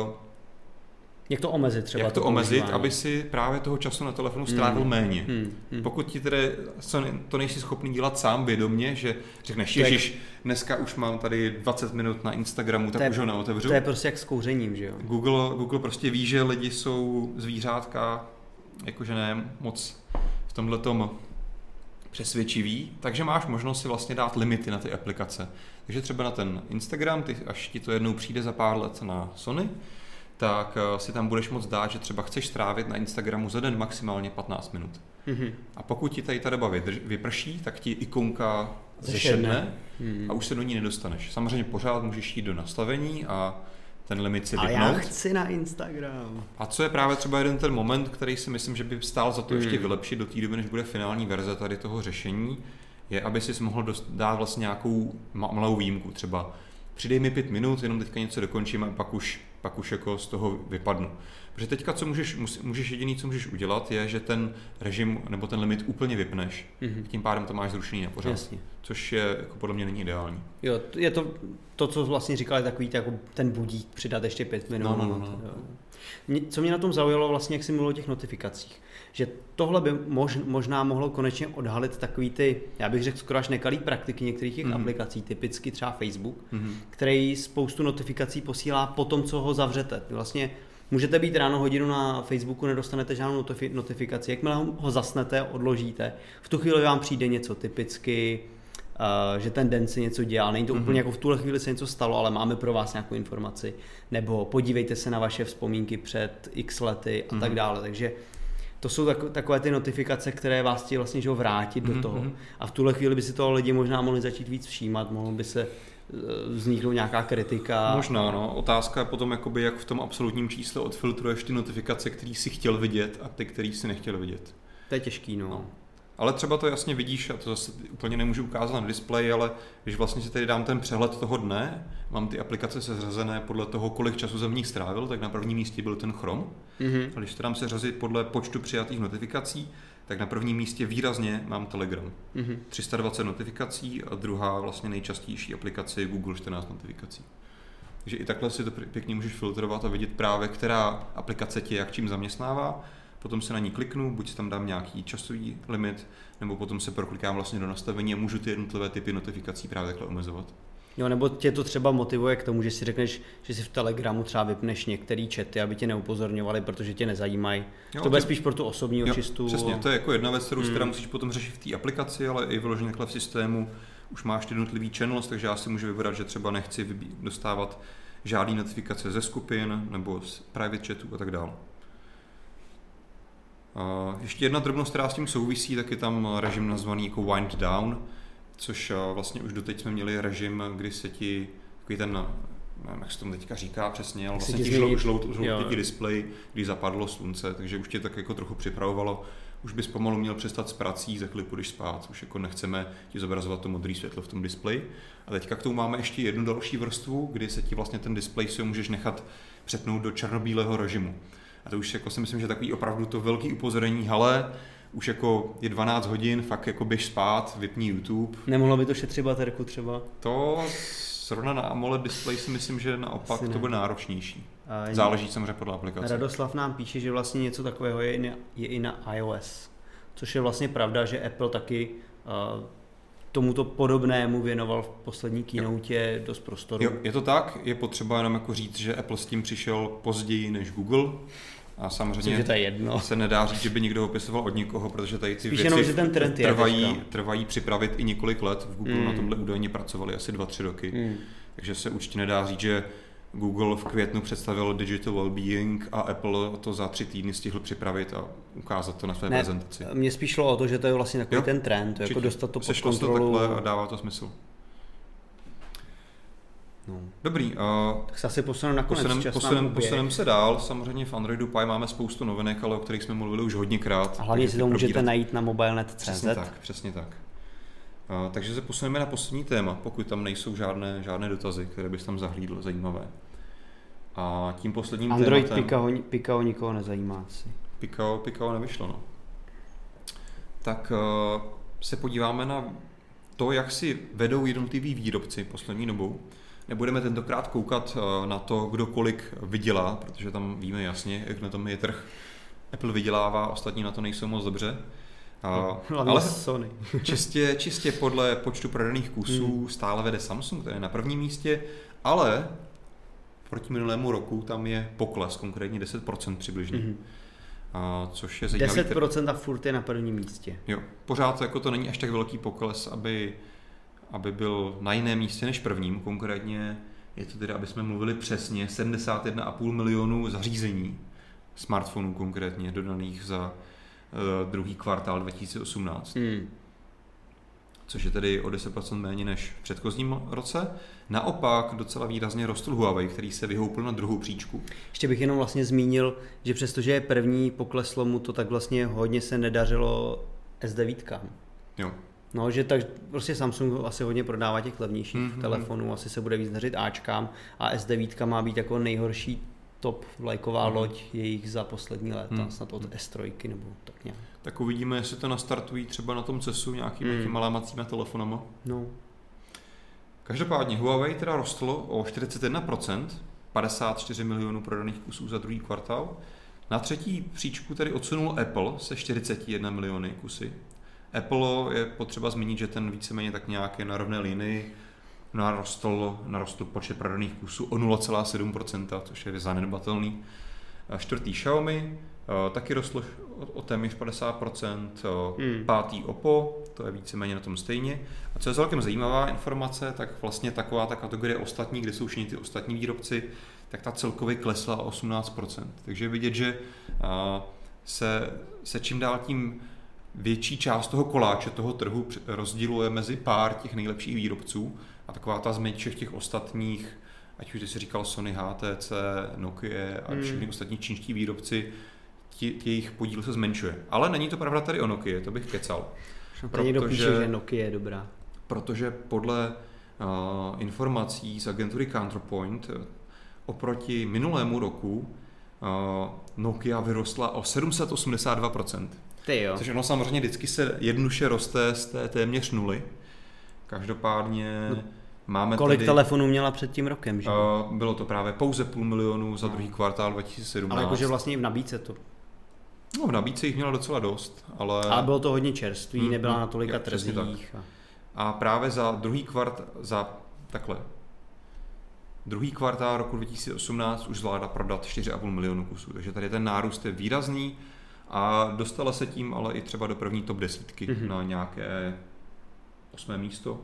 to omezit třeba. Jak to omezit, aby si právě toho času na telefonu strávil méně. Pokud ti tedy to nejsi schopný dělat sám vědomě, že řekneš, ježiš, dneska už mám tady 20 minut na Instagramu, tak už ho neotevřu. To je prostě jak s kouřením, že jo? Google prostě ví, že lidi jsou zvířátka, jakože ne moc v tomhletom přesvědčivý, takže máš možnost si vlastně dát limity na ty aplikace. Takže třeba na ten Instagram, až ti to jednou přijde za pár let na Sony, tak si tam budeš moct dát, že třeba chceš strávit na Instagramu za den maximálně 15 minut. A pokud ti tady ta doba vyprší, tak ti ikonka zešedne a už se do ní nedostaneš. Samozřejmě pořád můžeš jít do nastavení a ten limit si vypnout. A já chci na Instagram. A co je právě třeba jeden ten moment, který si myslím, že by stál za to ještě vylepšit do té doby, než bude finální verze tady toho řešení, je, aby si mohl dát vlastně nějakou malou výjimku. Třeba přidej mi 5 minut, jenom teďka něco dokončím a pak už jako z toho vypadnu. Protože teďka co můžeš jediný, co můžeš udělat, je, že ten režim nebo ten limit úplně vypneš. Tím pádem to máš zrušený na pořád. Jasně. Což je jako podle mě není ideální. Jo, je to, co vlastně říkali, takový jako ten budík, přidat ještě 5 minut. No. Co mě na tom zaujalo vlastně, jak jsi mluvil o těch notifikacích. že tohle by možná mohlo konečně odhalit takový ty, já bych řekl skoro až nekalý praktiky některých těch aplikací, typicky třeba Facebook, který spoustu notifikací posílá po tom, co ho zavřete. Vlastně můžete být ráno hodinu na Facebooku, nedostanete žádnou notifikaci, jakmile ho zasnete, odložíte, v tu chvíli vám přijde něco typicky, že ten den si něco dělá, není to úplně jako v tuhle chvíli se něco stalo, ale máme pro vás nějakou informaci, nebo podívejte se na vaše vzpomínky před x lety a tak dále, takže to jsou takové ty notifikace, které vás chtějí vlastně vrátit do toho a v tuhle chvíli by si toho lidi možná mohli začít víc všímat, mohlo by se vzniknout nějaká kritika. Možná, no. Otázka je potom, jakoby, jak v tom absolutním čísle odfiltruješ ty notifikace, který jsi chtěl vidět a ty, který jsi nechtěl vidět. To je těžký, no. Ale třeba to jasně vidíš, a to zase úplně nemůžu ukázat na displeji, ale když vlastně si tady dám ten přehled toho dne, mám ty aplikace seřazené podle toho, kolik času jsem v nich strávil, tak na prvním místě byl ten Chrome. A když to dám seřazit podle počtu přijatých notifikací, tak na prvním místě výrazně mám Telegram. 320 notifikací a druhá vlastně nejčastější aplikace je Google 14 notifikací. Takže i takhle si to pěkně můžeš filtrovat a vidět právě, která aplikace tě jak čím zaměstnává. Potom se na ní kliknu, buď si tam dám nějaký časový limit, nebo potom se proklikám vlastně do nastavení a můžu ty jednotlivé typy notifikací právě takhle omezovat. Jo, nebo tě to třeba motivuje k tomu, že si řekneš, že si v Telegramu třeba vypneš některý chaty, aby tě neupozorňovali, protože tě nezajímají. To bude spíš pro tu osobní očistu. Přesně, to je jako jedna věc, která musíš potom řešit v té aplikaci, ale i vyloženě takhle v systému už máš ty jednotlivý channels, takže já si můžu vybrat, že třeba nechci dostávat žádný notifikace ze skupin nebo z private chatů a tak dále. Ještě jedna drobnost, která s tím souvisí, tak je tam režim nazvaný jako wind down, což vlastně už doteď jsme měli režim, kdy se ti takový ten, nevím, jak se tomu teďka říká přesně, ale vlastně ti žloutý displej, když zapadlo slunce, takže už tě tak jako trochu připravovalo, už bys pomalu měl přestat s prací, za chvíli půjdeš spát, už jako nechceme ti zobrazovat to modré světlo v tom displeji. A teďka k tomu máme ještě jednu další vrstvu, kdy se ti vlastně ten displej si ho můžeš nechat přepnout do černobílého režimu. A to už jako si myslím, že takový opravdu to velký upozornění, hele, už jako je 12 hodin, fakt jako běž spát, vypni YouTube. Nemohlo by to šetřit baterku třeba? To zrovna na AMOLED display si myslím, že naopak to bude náročnější. Záleží samozřejmě podle aplikace. Radoslav nám píše, že vlastně něco takového je i na iOS, což je vlastně pravda, že Apple taky tomuto podobnému věnoval v poslední keynote dost prostoru. Jo, je to tak, je potřeba jenom jako říct, že Apple s tím přišel později než Google a samozřejmě se nedá říct, že by někdo opisoval od nikoho, protože tady ty spíš věci jenom, trvají připravit i několik let. V Google na tomhle údajně pracovali asi 2-3 roky, takže se určitě nedá říct, že Google v květnu představil Digital Wellbeing a Apple to za 3 týdny stihl připravit a ukázat to na své prezentaci. Mně spíš šlo o to, že to je vlastně takový ten trend, jako dostat to pod kontrolu. Takhle a dává to smysl. No. Dobrý. Tak se asi posuneme nakonec. Posuneme se dál. Samozřejmě v Androidu Pie máme spoustu novinek, ale o kterých jsme mluvili už hodněkrát. A hlavně si to můžete najít na mobilenet.cz. Přesně tak. Takže se posuneme na poslední téma, pokud tam nejsou žádné dotazy, které bys tam zahlídl zajímavé. A tím posledním Android tématem... Picao nikoho nezajímá asi. Picao nevyšlo, no. Tak se podíváme na to, jak si vedou jednotliví výrobci poslední dobou. Nebudeme tentokrát koukat na to, kdo kolik vydělá, protože tam víme jasně, jak na tom je trh. Apple vydělává, ostatní na to nejsou moc dobře. Ale Sony. čistě podle počtu prodaných kusů stále vede Samsung, ten je na prvním místě, ale proti minulému roku tam je pokles, konkrétně 10% přibližně. Což je zajímavý. 10% a furt je na prvním místě. Jo, pořád jako to není až tak velký pokles, aby byl na jiném místě než prvním, konkrétně je to teda, aby jsme mluvili přesně, 71,5 milionů zařízení, smartphonů konkrétně, dodaných za druhý kvartál 2018. Což je tedy o 10% méně než v předchozím roce. Naopak docela výrazně rostl Huawei, který se vyhoupl na druhou příčku. Ještě bych jenom vlastně zmínil, že přestože je první, pokleslo mu to, tak vlastně hodně se nedařilo S9. Jo. No, že tak prostě Samsung asi hodně prodává těch levnějších telefonů, asi se bude víc dařit Ačkám a S9 má být jako nejhorší top vlajková loď jejich za poslední léta, snad od S3 nebo tak nějak. Tak uvidíme, jestli to nastartují třeba na tom CESu nějakými malémacími telefonama. No. Každopádně Huawei teda rostlo o 41%, 54 milionů prodaných kusů za druhý kvartál, Na třetí příčku tedy odsunul Apple se 41 miliony kusy. Apple je potřeba zmínit, že ten víceméně tak nějak je na rovné linii, narostl počet prodaných kusů o 0,7%, což je zanedbatelný. Čtvrtý Xiaomi taky rostl o téměř 50%, pátý Oppo, to je víceméně na tom stejně. A co je celkem zajímavá informace, tak vlastně taková ta kategorie ostatní, kde jsou všichni ty ostatní výrobci, tak ta celkově klesla o 18%. Takže je vidět, že se čím dál tím větší část toho koláče, toho trhu rozděluje mezi pár těch nejlepších výrobců a taková ta změť všech těch ostatních, ať už ty si říkal Sony, HTC, Nokia a všichni ostatní čínští výrobci, jejich podíl se zmenšuje. Ale není to pravda tady o Nokia, to bych kecal. Někdo píše, že Nokia je dobrá. Protože podle informací z agentury Counterpoint oproti minulému roku Nokia vyrostla o 782%. Což ono samozřejmě vždycky se jednoduše roste z té téměř nuly. Každopádně máme kolik telefonů měla před tím rokem, že? Bylo to právě pouze 500 000 za druhý kvartál 2017. Ale jakože vlastně i v nabídce to. No, v nabídce jich měla docela dost, ale... A bylo to hodně čerství, nebyla na tolika trzích. A právě za druhý kvartál roku 2018 už zvládla prodat 4,5 milionu kusů, takže tady ten nárůst je výrazný a dostala se tím ale i třeba do první top 10 na nějaké 8. místo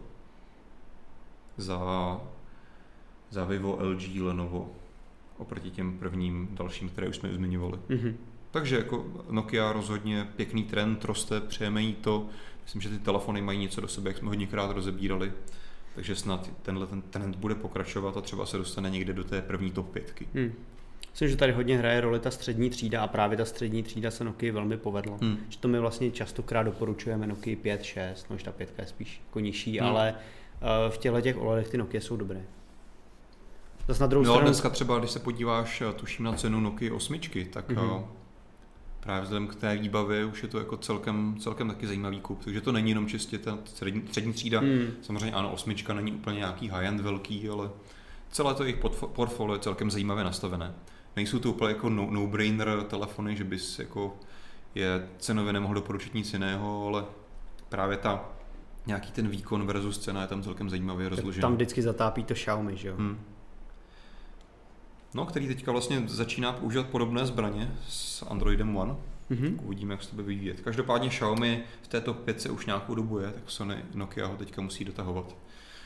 za Vivo, LG, Lenovo oproti těm prvním dalším, které už jsme zmiňovali. Takže jako Nokia rozhodně pěkný trend, roste, přejeme jí to. Myslím, že ty telefony mají něco do sebe, jak jsme hodněkrát rozebírali. Takže snad ten trend bude pokračovat a třeba se dostane někde do té první top 5. Myslím, že tady hodně hraje roli ta střední třída a právě ta střední třída se Nokia velmi povedla. Že to my vlastně častokrát doporučujeme Nokia 5, 6, no, že ta 5 je spíš jako nižší, ale v těch OLEDech ty Nokia jsou dobré. Zas na druhou stranu... Dneska třeba, když se podíváš, tuším na cenu Nokia 8, tak právě vzhledem k té výbavě už je to jako celkem taky zajímavý kup. Takže to není jenom čistě ta střední třída. Samozřejmě ano, 8 není úplně nějaký high-end velký, ale celé to jejich portfolio je celkem zajímavě nastavené. Nejsou to úplně jako no-brainer telefony, že bys jako je cenově nemohl doporučit nic jiného, ale právě nějaký ten výkon versus cena je tam celkem zajímavě rozložený. Tam vždycky zatápí to Xiaomi, že jo? No, který teďka vlastně začíná používat podobné zbraně s Androidem One. Uvidíme, jak se to bude vyvíjet. Každopádně Xiaomi v této 5 už nějakou dobu je, tak Sony, Nokia ho teďka musí dotahovat.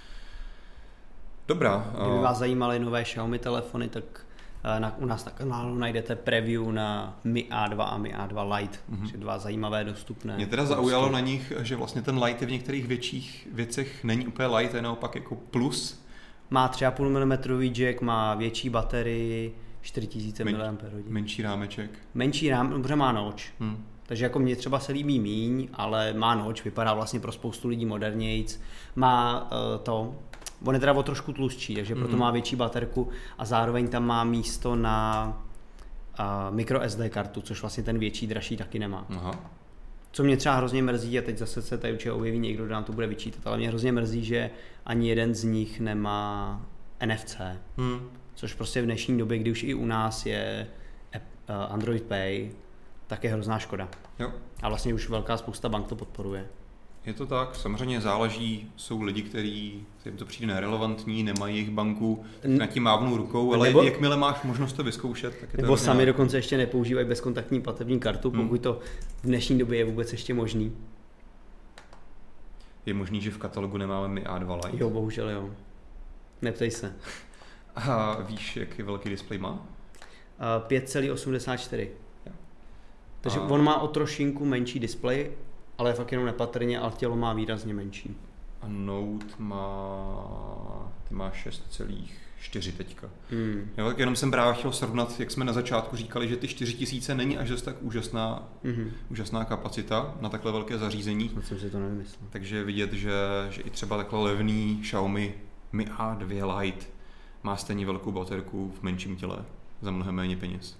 Dobrá. Kdyby vás zajímaly nové Xiaomi telefony, tak u nás na kanálu najdete preview na Mi A2 a Mi A2 Lite, že dva zajímavé dostupné. Mě teda zaujalo na nich, že vlastně ten Lite je v některých větších věcech není úplně Lite, je naopak jako plus. Má 3,5 mm jack, má větší baterii, 4000 mAh. Menší rámeček. Menší dobře má noč. Takže jako mně třeba se líbí míň, ale má noč, vypadá vlastně pro spoustu lidí modernějc. Má on je teda o trošku tlustší, takže proto má větší baterku a zároveň tam má místo na micro SD kartu, což vlastně ten větší, dražší taky nemá. Aha. Co mě třeba hrozně mrzí, a teď zase se tady určitě objeví někdo, kdo nám to bude vyčítat, ale mě hrozně mrzí, že ani jeden z nich nemá NFC. Což prostě v dnešní době, kdy už i u nás je Android Pay, tak je hrozná škoda. Jo. A vlastně už velká spousta bank to podporuje. Je to tak, samozřejmě záleží, jsou lidi, kteří jim to přijde nerelevantní, nemají jejich banku, na tím mávnou rukou, ale jakmile máš možnost to vyzkoušet, tak je to... Nebo sami dokonce ještě nepoužívají bezkontaktní platební kartu, pokud to v dnešní době je vůbec ještě možný. Je možný, že v katalogu nemáme Mi A2 Lite? Jo, bohužel jo. Neptej se. A víš, jaký velký displej má? 5,84. Takže on má o trošinku menší displej, ale fakt jenom nepatrně, ale tělo má výrazně menší. A Note má 6,4 teďka. Jo, tak jenom jsem právě chtěl srovnat, jak jsme na začátku říkali, že ty 4000 není až dost tak úžasná kapacita na takhle velké zařízení. No, jsem si to nevymyslel. Takže je vidět, že i třeba takhle levný Xiaomi Mi A2 Lite má stejně velkou baterku v menším těle za mnohem méně peněz.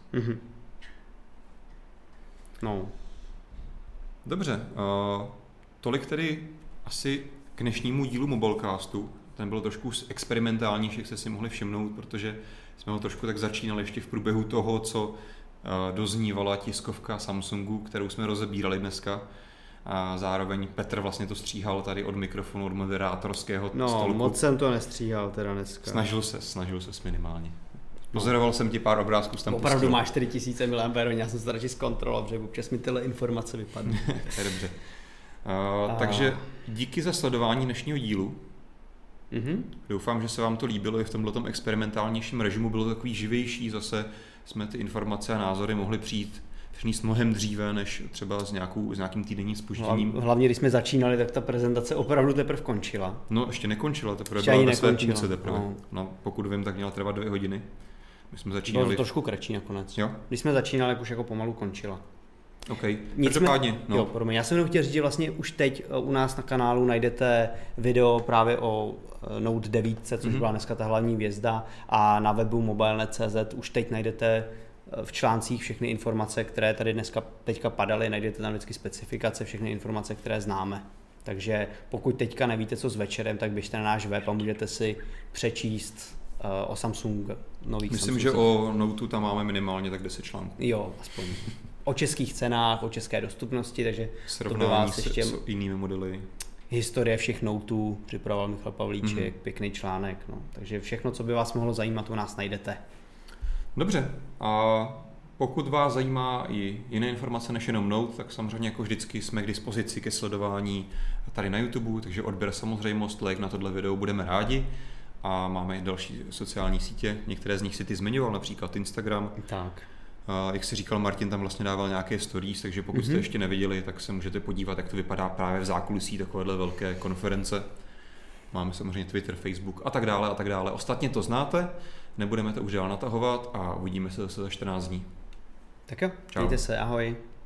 No. Dobře, tolik tedy asi k dnešnímu dílu Mobilecastu. Ten byl trošku experimentálnější, jak jste si mohli všimnout, protože jsme ho trošku tak začínali ještě v průběhu toho, co doznívala tiskovka Samsungu, kterou jsme rozebírali dneska. A zároveň Petr vlastně to stříhal tady od mikrofonu, od moderátorského stolku. No, moc jsem to nestříhal teda dneska. Snažil ses minimálně. Pozoroval jsem ti pár obrázků, tam opravdu pustil. Máš 4000 mAh, já jsem se to radši zkontroloval, protože občas mi tyhle informace vypadnou. To je dobře. Takže díky za sledování dnešního dílu. Doufám, že se vám to líbilo i v tomhletom experimentálnějším režimu. Bylo to takový živější, zase jsme ty informace a názory mohli přijít mnohem dříve, než třeba s nějakým týdenním zpuštěním. Hlavně, když jsme začínali, tak ta prezentace opravdu teprve končila. No, ještě nekončila, teprve byla ve své půlce teprve. No, pokud vím, tak měla trvat 2 hodiny. My jsme začínali... Bylo to trošku kratší nakonec. Jo? Když jsme začínali, už jako pomalu končila. OK, každopádně. Jo, promiň, já jsem jenom chtěl říct, že vlastně už teď u nás na kanálu najdete video právě o Note 9, což byla dneska ta hlavní hvězda, a na webu mobile.cz už teď najdete v článcích všechny informace, které tady teďka padaly, najdete tam vždycky specifikace, všechny informace, které známe. Takže pokud teďka nevíte, co s večerem, tak běžte na náš web a můžete si přečíst o Samsung nových Myslím, že o Noteu tam máme minimálně tak 10 článků. Jo, aspoň. O českých cenách, o české dostupnosti, takže srovnání s jinými modely. Historie všech Noteů připravoval Michal Pavlíček, pěkný článek, no. Takže všechno, co by vás mohlo zajímat, u nás najdete. Dobře, a pokud vás zajímá i jiné informace než jenom Note, tak samozřejmě jako vždycky jsme k dispozici ke sledování tady na YouTube, takže odběr samozřejmost, like na tohle video, budeme rádi. A máme i další sociální sítě, některé z nich si ty zmiňoval, například Instagram. Tak. Jak si říkal, Martin tam vlastně dával nějaké stories, takže pokud jste ještě neviděli, tak se můžete podívat, jak to vypadá právě v zákulisí takovéhle velké konference. Máme samozřejmě Twitter, Facebook a tak dále a tak dále. Ostatně to znáte, nebudeme to už dál natahovat a uvidíme se zase za 14 dní. Tak jo, čau. mějte se, ahoj.